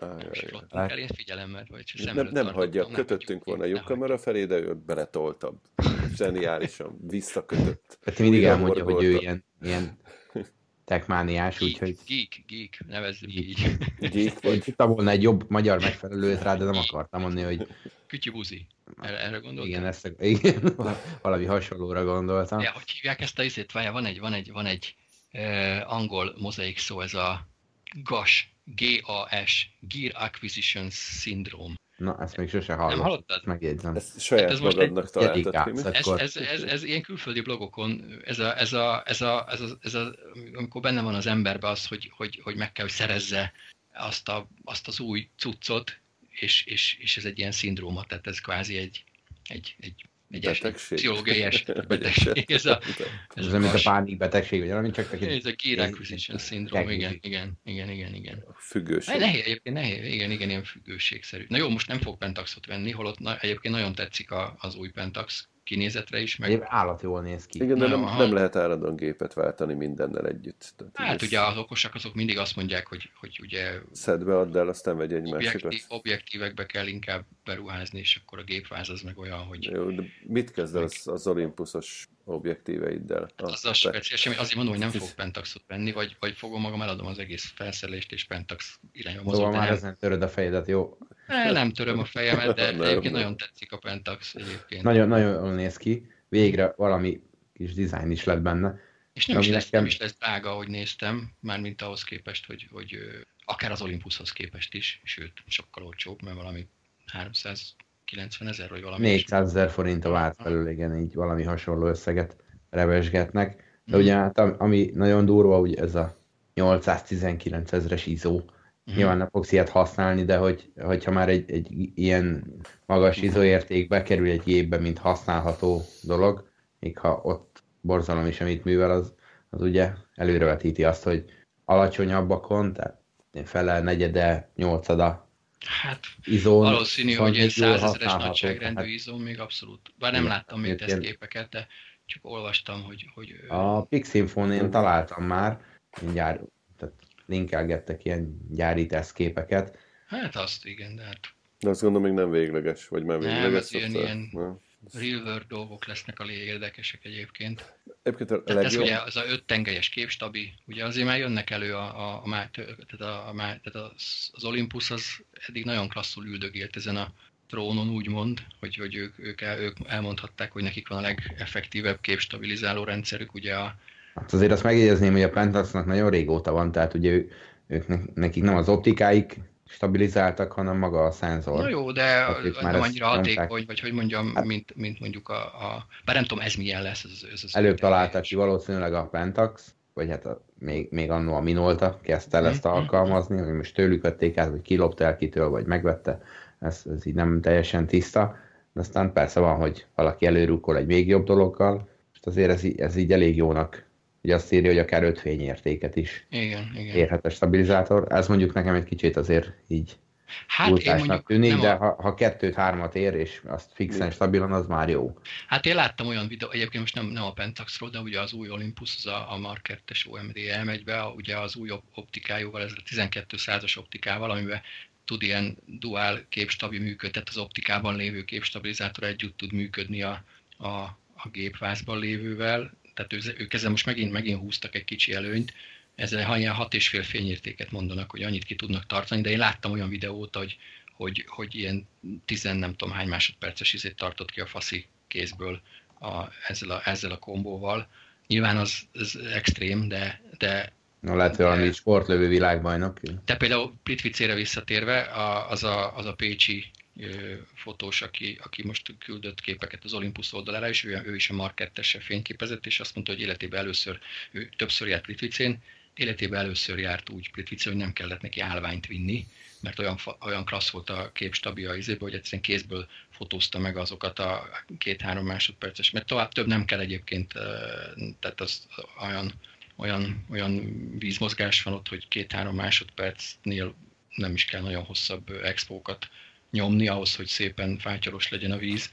És jaj. flottunk el, én figyelemmel, vagy szem Nem, előtt nem tartottam, hagyja, nem kötöttünk hagyjuk volna ki, a lyukkamera felé, de ő beletolta. Zseniálisan, visszakötött. Tehát mindig Újra elmondja, hogy ő horgolta. ilyen, ilyen techmániás, Geek, úgyhogy geek, geek, nevezzük Geek. így. Gyék én vagy. tudtam volna egy jobb magyar megfelelőt rá, de nem akartam mondani, hogy Kütyübuzi. Erre, erre gondoltál? igen, ezt, igen, valami hasonlóra gondoltam. Ja, hogy hívják ezt a izét? Várjál, van egy, van egy, van egy eh, angol mozaik szó, ez a GAS, G-A-S, Gear Acquisition Syndrome. Na, ezt még sose Nem hallottam. hallottad? Ezt megjegyzem. Ezt saját ez most magadnak egy- találtad, egy Krimi? gác. Ez, Akkor- ez, ez, ez ilyen külföldi blogokon, ez a, ez a, ez a, ez a, ez a amikor benne van az emberben az, hogy, hogy, hogy meg kell, hogy szerezze azt, a, azt az új cuccot, és, és, és ez egy ilyen szindróma, tehát ez kvázi egy, egy, egy, egy, es, egy Betegség. pszichológiai eset, betegség. Ez a, ez Ez olyan, mint a gas- pánikbetegség, vagy valami, csak egy... ez a Gear Acquisition Syndrome, igen, Acquisition. igen, igen, igen, igen. Függőség. Ne, nehéz, egyébként nehéz, igen, igen, ilyen függőségszerű. Na jó, most nem fog Pentaxot venni, holott na, egyébként nagyon tetszik a, az új Pentax kinézetre is, meg Egyébként állat jól néz ki. Igen, de Na, nem, aha. nem lehet állandóan gépet váltani mindennel együtt. Tehát hát így ugye ezt az okosak azok mindig azt mondják, hogy, hogy ugye szedd be, add el, aztán vegy egy objektív, másikat. objektívekbe kell inkább beruházni, és akkor a gépváz az meg olyan, hogy Jó, de mit kezd az, az Olympusos objektíveiddel? az Ah, a te- speciális, azért mondom, hogy nem fog Pentaxot venni, vagy, vagy fogom magam, eladom az egész felszerelést, és Pentax irányba mozog, Szóval de már nem, ezen töröd a fejedet, jó? ne, nem töröm a fejemet, de Nem, egyébként nem. nagyon tetszik a Pentax egyébként. Nagyon, nagyon jól néz ki. Végre valami kis dizájn is lett benne. És nem Ami is, lesz, nekem- nem is lesz drága, ahogy néztem, mármint ahhoz képest, hogy, hogy ö, akár az Olympushoz képest is, sőt, sokkal olcsóbb, mert valami háromszázkilencven ezer, vagy valami. négyszázezer forint a vált felül, igen, így valami hasonló összeget revesgetnek. De Mhm. ugye hát am- ami nagyon durva, ugye ez a nyolcszáztizenkilenc ezres izó. Mhm. Nyilván nem fogsz ilyet használni, de hogy, hogyha már egy, egy ilyen magas izóérték bekerül egy gépbe, mint használható dolog, még ha ott borzalom is, amit művel, az, az ugye előrevetíti azt, hogy alacsonyabbakon, tehát fele, negyede, nyolcada Hát izón. valószínű, viszont hogy egy még jól százezeres használható. nagyságrendű Hát izó még abszolút. Bár nem igen, láttam még egyébként- tesztképeket, de csak olvastam, hogy... hogy ö, A Pixinfon én találtam már, ilyen gyár, tehát linkelgettek ilyen gyári tesztképeket. hát azt igen, de hát De azt gondolom, még nem végleges, vagy már Nem, végleges ez ilyen- szoftver. ilyen- Nem. real world dolgok lesznek a érdekesek egyébként. Egyébként a Tehát ez legjobb... ugye az a öt tengelyes képstabi, ugye azért már jönnek elő a, a, a, má- tehát a, a, má- tehát az, az Olympus az eddig nagyon klasszul üldögélt ezen a trónon, úgymond, hogy, hogy ők, ők, el, ők elmondhatták, hogy nekik van a legeffektívebb képstabilizáló rendszerük, ugye a, Hát azért azt megjegyezném, hogy a Pentaxnak nagyon régóta van, tehát ugye ő, ők, ne- nekik nem az optikáik stabilizáltak, hanem maga a szenzor. na jó, de Hát ők már nem ezt annyira mondták. hatékony, vagy hogy mondjam, Hát- mint, mint mondjuk a, a, bár nem tudom ez milyen lesz, ez, ez az Előbb találták ki valószínűleg a Pentax, vagy hát a, még, még annó a Minolta kezdte el ezt Mhm. alkalmazni, hogy most tőlük vették át, vagy kilopta el kitől, vagy megvette, ez, ez így nem teljesen tiszta. De aztán persze van, hogy valaki előrukkol egy még jobb dologgal, és azért ez, í- ez így elég jónak, hogy azt írja, hogy akár öt fényértéket is Igen, igen. érhet a stabilizátor. Ez mondjuk nekem egy kicsit azért így Hát én túlzásnak mondjuk tűnik, nem de a, ha, ha kettőt-hármat ér, és azt fixen stabilan, az már jó. hát én láttam olyan videó, egyébként most nem, nem a Pentaxról, de ugye az új Olympus, az a, a Mark kettes o em dé elmegy be, ugye az új op- optikájúval, ezzel a tizenkettő százas optikával, amiben tud ilyen dual képstabi működni, tehát az optikában lévő képstabilizátor együtt tud működni a, a, a gépvázban lévővel, tehát ő, ők ezzel most megint, megint húztak egy kicsi előnyt, ezzel ha ilyen hat és fél fényértéket mondanak, hogy annyit ki tudnak tartani, de én láttam olyan videót, hogy, hogy, hogy ilyen tizen nem tudom hány másodperces izét tartott ki a faszi kézből a, ezzel, a, ezzel a kombóval. Nyilván az, az extrém, de, de Na, lehet, hogy valami sportlövő világbajnok. te például Plitvicére visszatérve, a, az, a, az a pécsi ö, fotós, aki, aki most küldött képeket az Olympus oldalára, és ő, ő is a Mark kettessel fényképezett, és azt mondta, hogy életében először, ő többször járt Plitvicén, életében először járt úgy Plitvicén, hogy nem kellett neki állványt vinni, mert olyan, olyan klassz volt a képstabia izéből, hogy egyszerűen kézből fotózta meg azokat a két-három másodperces, mert tovább több nem kell egyébként, tehát az olyan, olyan, olyan vízmozgás van ott, hogy két-három másodpercnél nem is kell nagyon hosszabb expókat nyomni ahhoz, hogy szépen fátyolos legyen a víz,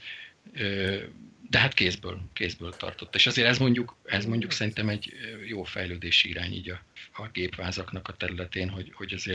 de hát kézből, kézből tartott. És azért ez mondjuk, ez mondjuk szerintem egy jó fejlődési irány így a, a gépvázaknak a területén, hogy, hogy azért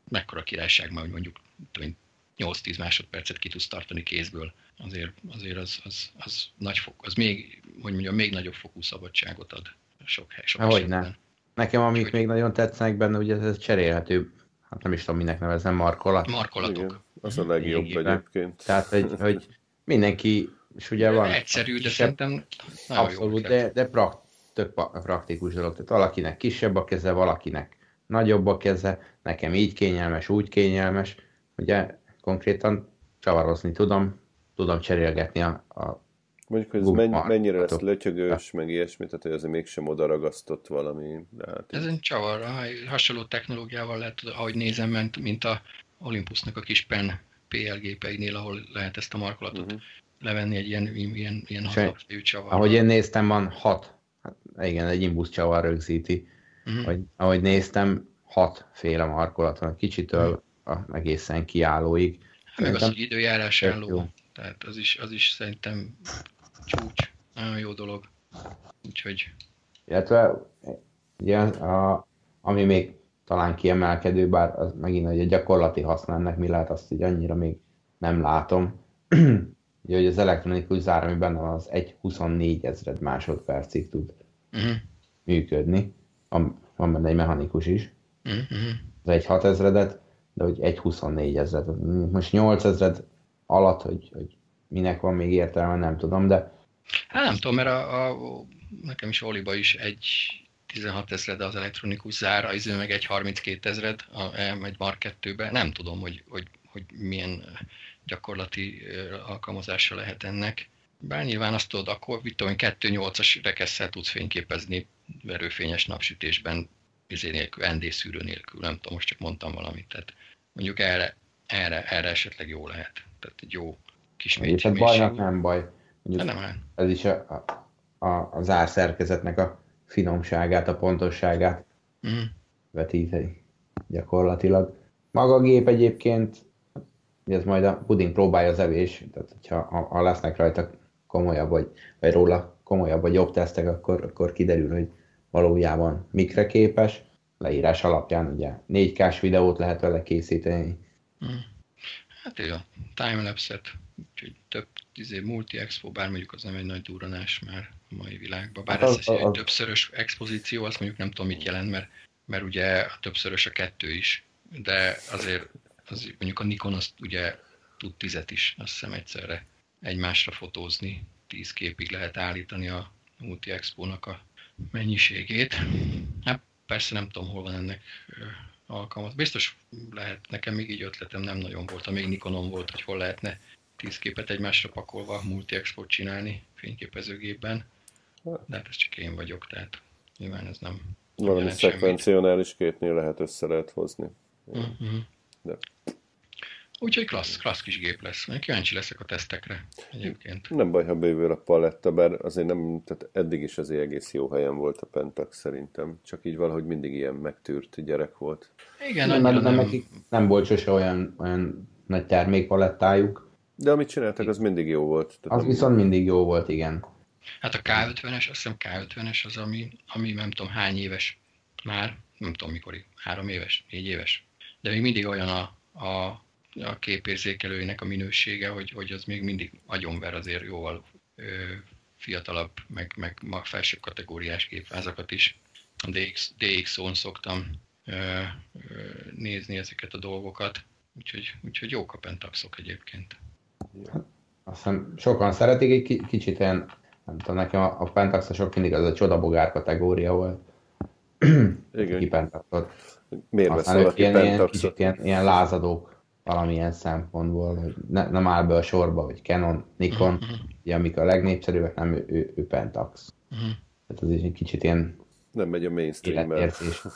mekkora királyság már, hogy mondjuk nyolc-tíz másodpercet ki tudsz tartani kézből. Azért, azért az, az, az, nagy fok, az még, hogy mondjam, még nagyobb fokú szabadságot ad sok hely, sok esetben. Nekem amik hogy... még nagyon tetszenek benne, ugye ez cserélhető, hát nem is tudom, minek nevezem, markolat. Markolatok. Igen, az a legjobb Égében. Egyébként. Tehát, hogy, hogy mindenki, és ugye van... Egyszerű, de szerintem nagyon abszolút, de, de prakt, tök praktikus dolog. Tehát valakinek kisebb a keze, valakinek nagyobb a keze, nekem így kényelmes, úgy kényelmes. Ugye konkrétan csavarozni tudom, tudom cserélgetni a, a mondjuk, hogy ez menny- mennyire lesz lötyögős, meg ilyesmi, tehát hogy azért mégsem oda ragasztott valami. Hát ez egy csavar, hasonló technológiával lehet, ahogy nézem, ment, mint a Olympusnak a kis pen pé el gépeinél, ahol lehet ezt a markolatot uh-huh. levenni egy ilyen, ilyen, ilyen hatalapfejű csavar. Ahogy én néztem, van hat, hát igen, egy Imbus csavar rögzíti. Uh-huh. Hogy, ahogy néztem, hat féle markolat van, kicsitől uh-huh. a egészen kiállóig. Hát meg az, hogy időjárás álló, tehát az is, az is szerintem csúcs, nagyon jó dolog. Úgyhogy... Illetve, ugye, a, ami még talán kiemelkedő, bár az megint egy gyakorlati haszna ennek mi lehet, azt így annyira még nem látom. Ugye, hogy az elektronikus zár, ami benne van, az egy huszonnégy ezred másodpercig tud uh-huh. működni. Van benne egy mechanikus is. Uh-huh. Az egy hatezredet, de hogy egy huszonnégy ezred. Most nyolc ezred alatt, hogy, hogy minek van még értelme, nem tudom, de... Hát nem tudom, mert a, a, nekem is Oliba is egy tizenhat ezred az elektronikus zár, az meg egy harminckét ezred, egy Mark kettőbe. Nem tudom, hogy, hogy, hogy milyen gyakorlati alkalmazása lehet ennek. Bár nyilván azt tudod, akkor mit kettő nyolcas rekesszel tudsz fényképezni verőfényes napsütésben, izé nélkül, en dé szűrő nélkül, nem tudom, most csak mondtam valamit. Tehát mondjuk erre, erre, erre esetleg jó lehet. Tehát egy jó kis mélységű. Bajnak nem baj. Mondjuk, nem áll. Ez is a, a, a zárszerkezetnek a finomságát, a pontosságát mm. vetíti gyakorlatilag. Maga a gép egyébként, ez majd a puding próbálja az evés, tehát hogyha ha lesznek rajta komolyabb, vagy, vagy róla komolyabb, vagy jobb tesztek, akkor, akkor kiderül, hogy valójában mikre képes. Leírás alapján ugye négy kás videót lehet vele készíteni. Mm. Hát jó, timelapse-et, úgyhogy több izé, multi-expo, bár mondjuk az nem egy nagy durranás már a mai világban. Bár hát az, ez az, egy az... többszörös expozíció, azt mondjuk nem tudom mit jelent, mert, mert ugye a többszörös a kettő is, de azért az, mondjuk a Nikon azt ugye tud tízet is, azt hiszem egyszerre egymásra fotózni, tíz képig lehet állítani a multi-expónak a mennyiségét. Hát persze nem tudom, hol van ennek alkalmaz. Biztos lehet, nekem még így ötletem nem nagyon volt, még Nikonon volt, hogy hol lehetne tíz képet egymásra pakolva multi-expót csinálni fényképezőgépben, de hát ez csak én vagyok, tehát nyilván ez nem... Valami szekvencionális képnél lehet össze lehet hozni. Uh-huh. De. Úgyhogy klassz, klassz kis gép lesz. Én kíváncsi leszek a tesztekre egyébként. Nem baj, ha bővül a paletta, bár azért nem, tehát eddig is azért egész jó helyen volt a Pentax szerintem. Csak így valahogy mindig ilyen megtűrt gyerek volt. Igen, nem, nem, nem, nekik nem volt sose olyan, olyan nagy termékpalettájuk. De amit csináltak, az mindig jó volt. Tehát az nem... viszont mindig jó volt, igen. Hát a ká ötvenes, azt hiszem ká ötvenes az, ami, ami nem tudom hány éves már, nem tudom mikor, három éves, négy éves. De még mindig olyan a, a, a képérzékelőinek a minősége, hogy, hogy az még mindig agyonver azért jóval ö, fiatalabb, meg, meg ma felsőbb kategóriás képvázakat is. A dé iksz, dé iksz-on szoktam ö, ö, nézni ezeket a dolgokat, úgyhogy, úgyhogy jók a Pentaxok egyébként. Azt hiszem sokan szeretik, egy kicsit ilyen, nem tudom, nekem a, a Pentaxosok mindig az a csodabogár kategória volt. Igen. Ki Pentaxot. Miért veszel valaki ilyen, Pentaxot? Kicsit ilyen, ilyen lázadók valamilyen szempontból, hogy ne, nem áll be a sorba, hogy Canon, Nikon, uh-huh. ugye, amik a legnépszerűbbek, nem ő, ő, ő Pentax. Uh-huh. Tehát az is egy kicsit ilyen nem megy a mainstream-mel.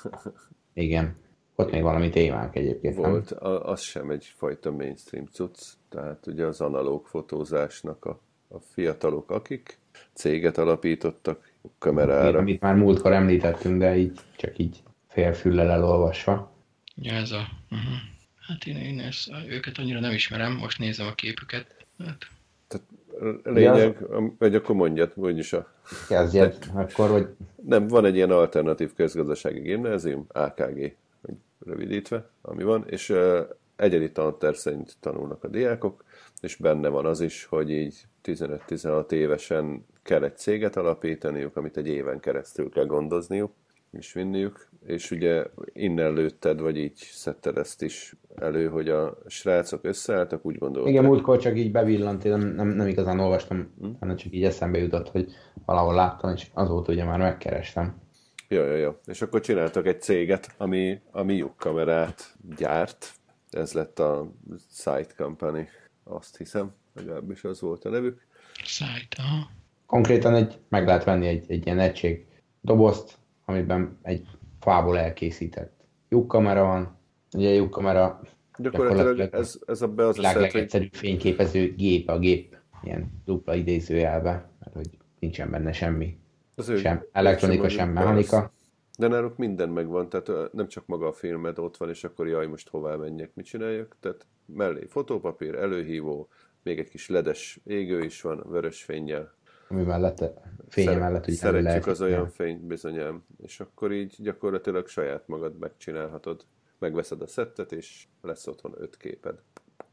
Igen. Ott még valami témánk egyébként. Volt, a, az sem egyfajta mainstream cucc, tehát ugye az analóg fotózásnak a, a fiatalok, akik céget alapítottak kamerára. Amit már múltkor említettünk, de így csak így félfüllel elolvasva. Ja, ez a... Uh-huh. Hát én, én ezt, őket annyira nem ismerem, most nézem a képüket. Hát... Tehát lényeg, vagy akkor mondjad, úgyis a... Kezdjed, akkor, hogy... Nem, van egy ilyen alternatív közgazdasági gimnázium, á ká gé. rövidítve, ami van, és uh, egyedi tanterv szerint tanulnak a diákok, és benne van az is, hogy így tizenöt-tizenhat évesen kell egy céget alapítaniuk, amit egy éven keresztül kell gondozniuk, és vinniük, és ugye innen lőtted, vagy így szedted ezt is elő, hogy a srácok összeálltak, úgy gondolták. Igen, múltkor csak így bevillant, én nem, nem, nem igazán olvastam, hm? hanem csak így eszembe jutott, hogy valahol láttam, és azóta ugye már megkerestem. Ja, ja, ja. És akkor csináltak egy céget, ami, ami lyukkamerát gyárt. Ez lett a Sight Company, azt hiszem, legalábbis az volt a nevük. Sight, aha. Konkrétan egy, meg lehet venni egy, egy ilyen egység dobozt, amiben egy fából elkészített lyukkamera van. Ugye a lyukkamera gyakorlatilag ez, ez a be az a világ szert, legegyszerűbb hogy... fényképező gép, a gép ilyen dupla idézőjelbe, mert hogy nincsen benne semmi. Sem elektronika, sem mechanika. De náluk minden megvan, tehát nem csak maga a filmed ott van, és akkor jaj, most hová menjek, mit csináljak. Tehát mellé fotópapír, előhívó, még egy kis ledes égő is van, vörös fénnyel. Ami mellett, fénye Szeret, mellett, hogy szeretjük lehet, az olyan fényt bizonyám, és akkor így gyakorlatilag saját magad megcsinálhatod. Megveszed a szettet, és lesz otthon öt képed.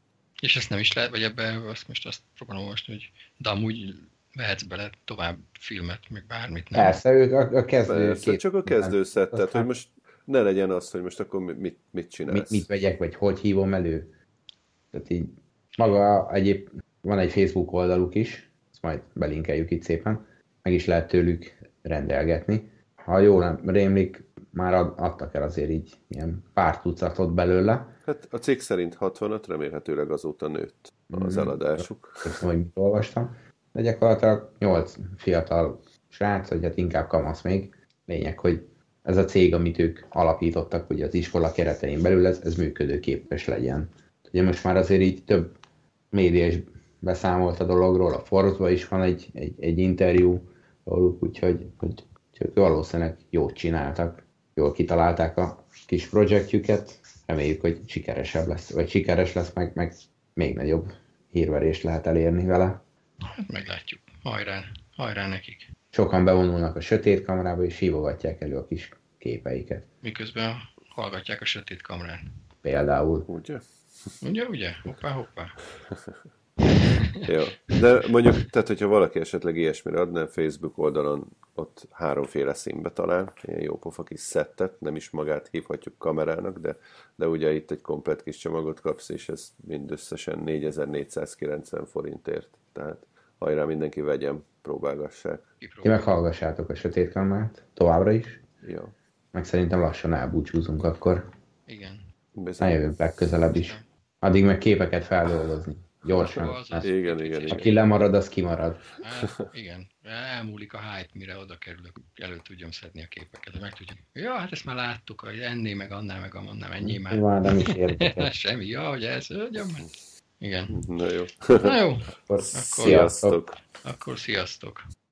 És ezt nem is lehet, vagy ebben azt most azt próbálom olvasni, hogy de amúgy vehetsz bele tovább filmet, meg bármit, nem? Persze, ők a, a kezdő Persze, két... csak a kezdőszett, tehát hogy most ne legyen az, hogy most akkor mit, mit csinálsz. Mit, mit vegyek, vagy hogy hívom elő. Tehát így maga egyéb, van egy Facebook oldaluk is, ezt majd belinkeljük itt szépen, meg is lehet tőlük rendelgetni. Ha jól rémlik, már adtak el azért így ilyen pár tucatot belőle. Hát a cég szerint hatvanat, remélhetőleg azóta nőtt az eladásuk. Köszönöm, hogy mit olvastam. De gyakorlatilag nyolc fiatal srác, vagy hát inkább kamasz még. Lényeg, hogy ez a cég, amit ők alapítottak, ugye az iskola keretein belül, ez, ez működőképes legyen. Ugye most már azért így több média is beszámolt a dologról, a Forbes-ban is van egy, egy, egy interjú róluk, úgyhogy hogy, hogy valószínűleg jót csináltak, jól kitalálták a kis projektjüket, reméljük, hogy sikeresebb lesz, vagy sikeres lesz, meg, meg még nagyobb hírverést lehet elérni vele. Hát meglátjuk. Hajrá, hajrá nekik. Sokan bevonulnak a sötét kamerába, és hívogatják elő a kis képeiket. Miközben hallgatják a sötét kamrán. Például. Ugye? Ugye, ugye? Hoppá, hoppá. Jó. De mondjuk, tehát hogyha valaki esetleg ilyesmire adná, Facebook oldalon ott háromféle színbe talál, ilyen jó pofa kis szettet, nem is magát hívhatjuk kamerának, de, de ugye itt egy komplett kis csomagot kapsz, és ez mindösszesen négyezer-négyszázkilencven forintért. Tehát hajrá, mindenki vegyem, próbálgassák. Ti meghallgassátok a sötét kamerát, továbbra is. Ja. Meg szerintem lassan elbúcsúzunk akkor. Igen. Na jövünk legközelebb is. Addig meg képeket feldolgozni. Gyorsan. Az az. Igen, igen, igen. Aki lemarad, az kimarad. Hát, igen. Elmúlik a hype, mire oda kerülök, elő tudjam szedni a képeket, hogy meg tudjam. Ja, hát ezt már láttuk, hogy ennél, meg annál, meg annál, ennyi már. Már nem is érdekel. Semmi, ja, hogy ez, hogyan ment. Igen. Na jó. Na jó. Akkor Sziasztok. Akkor sziasztok.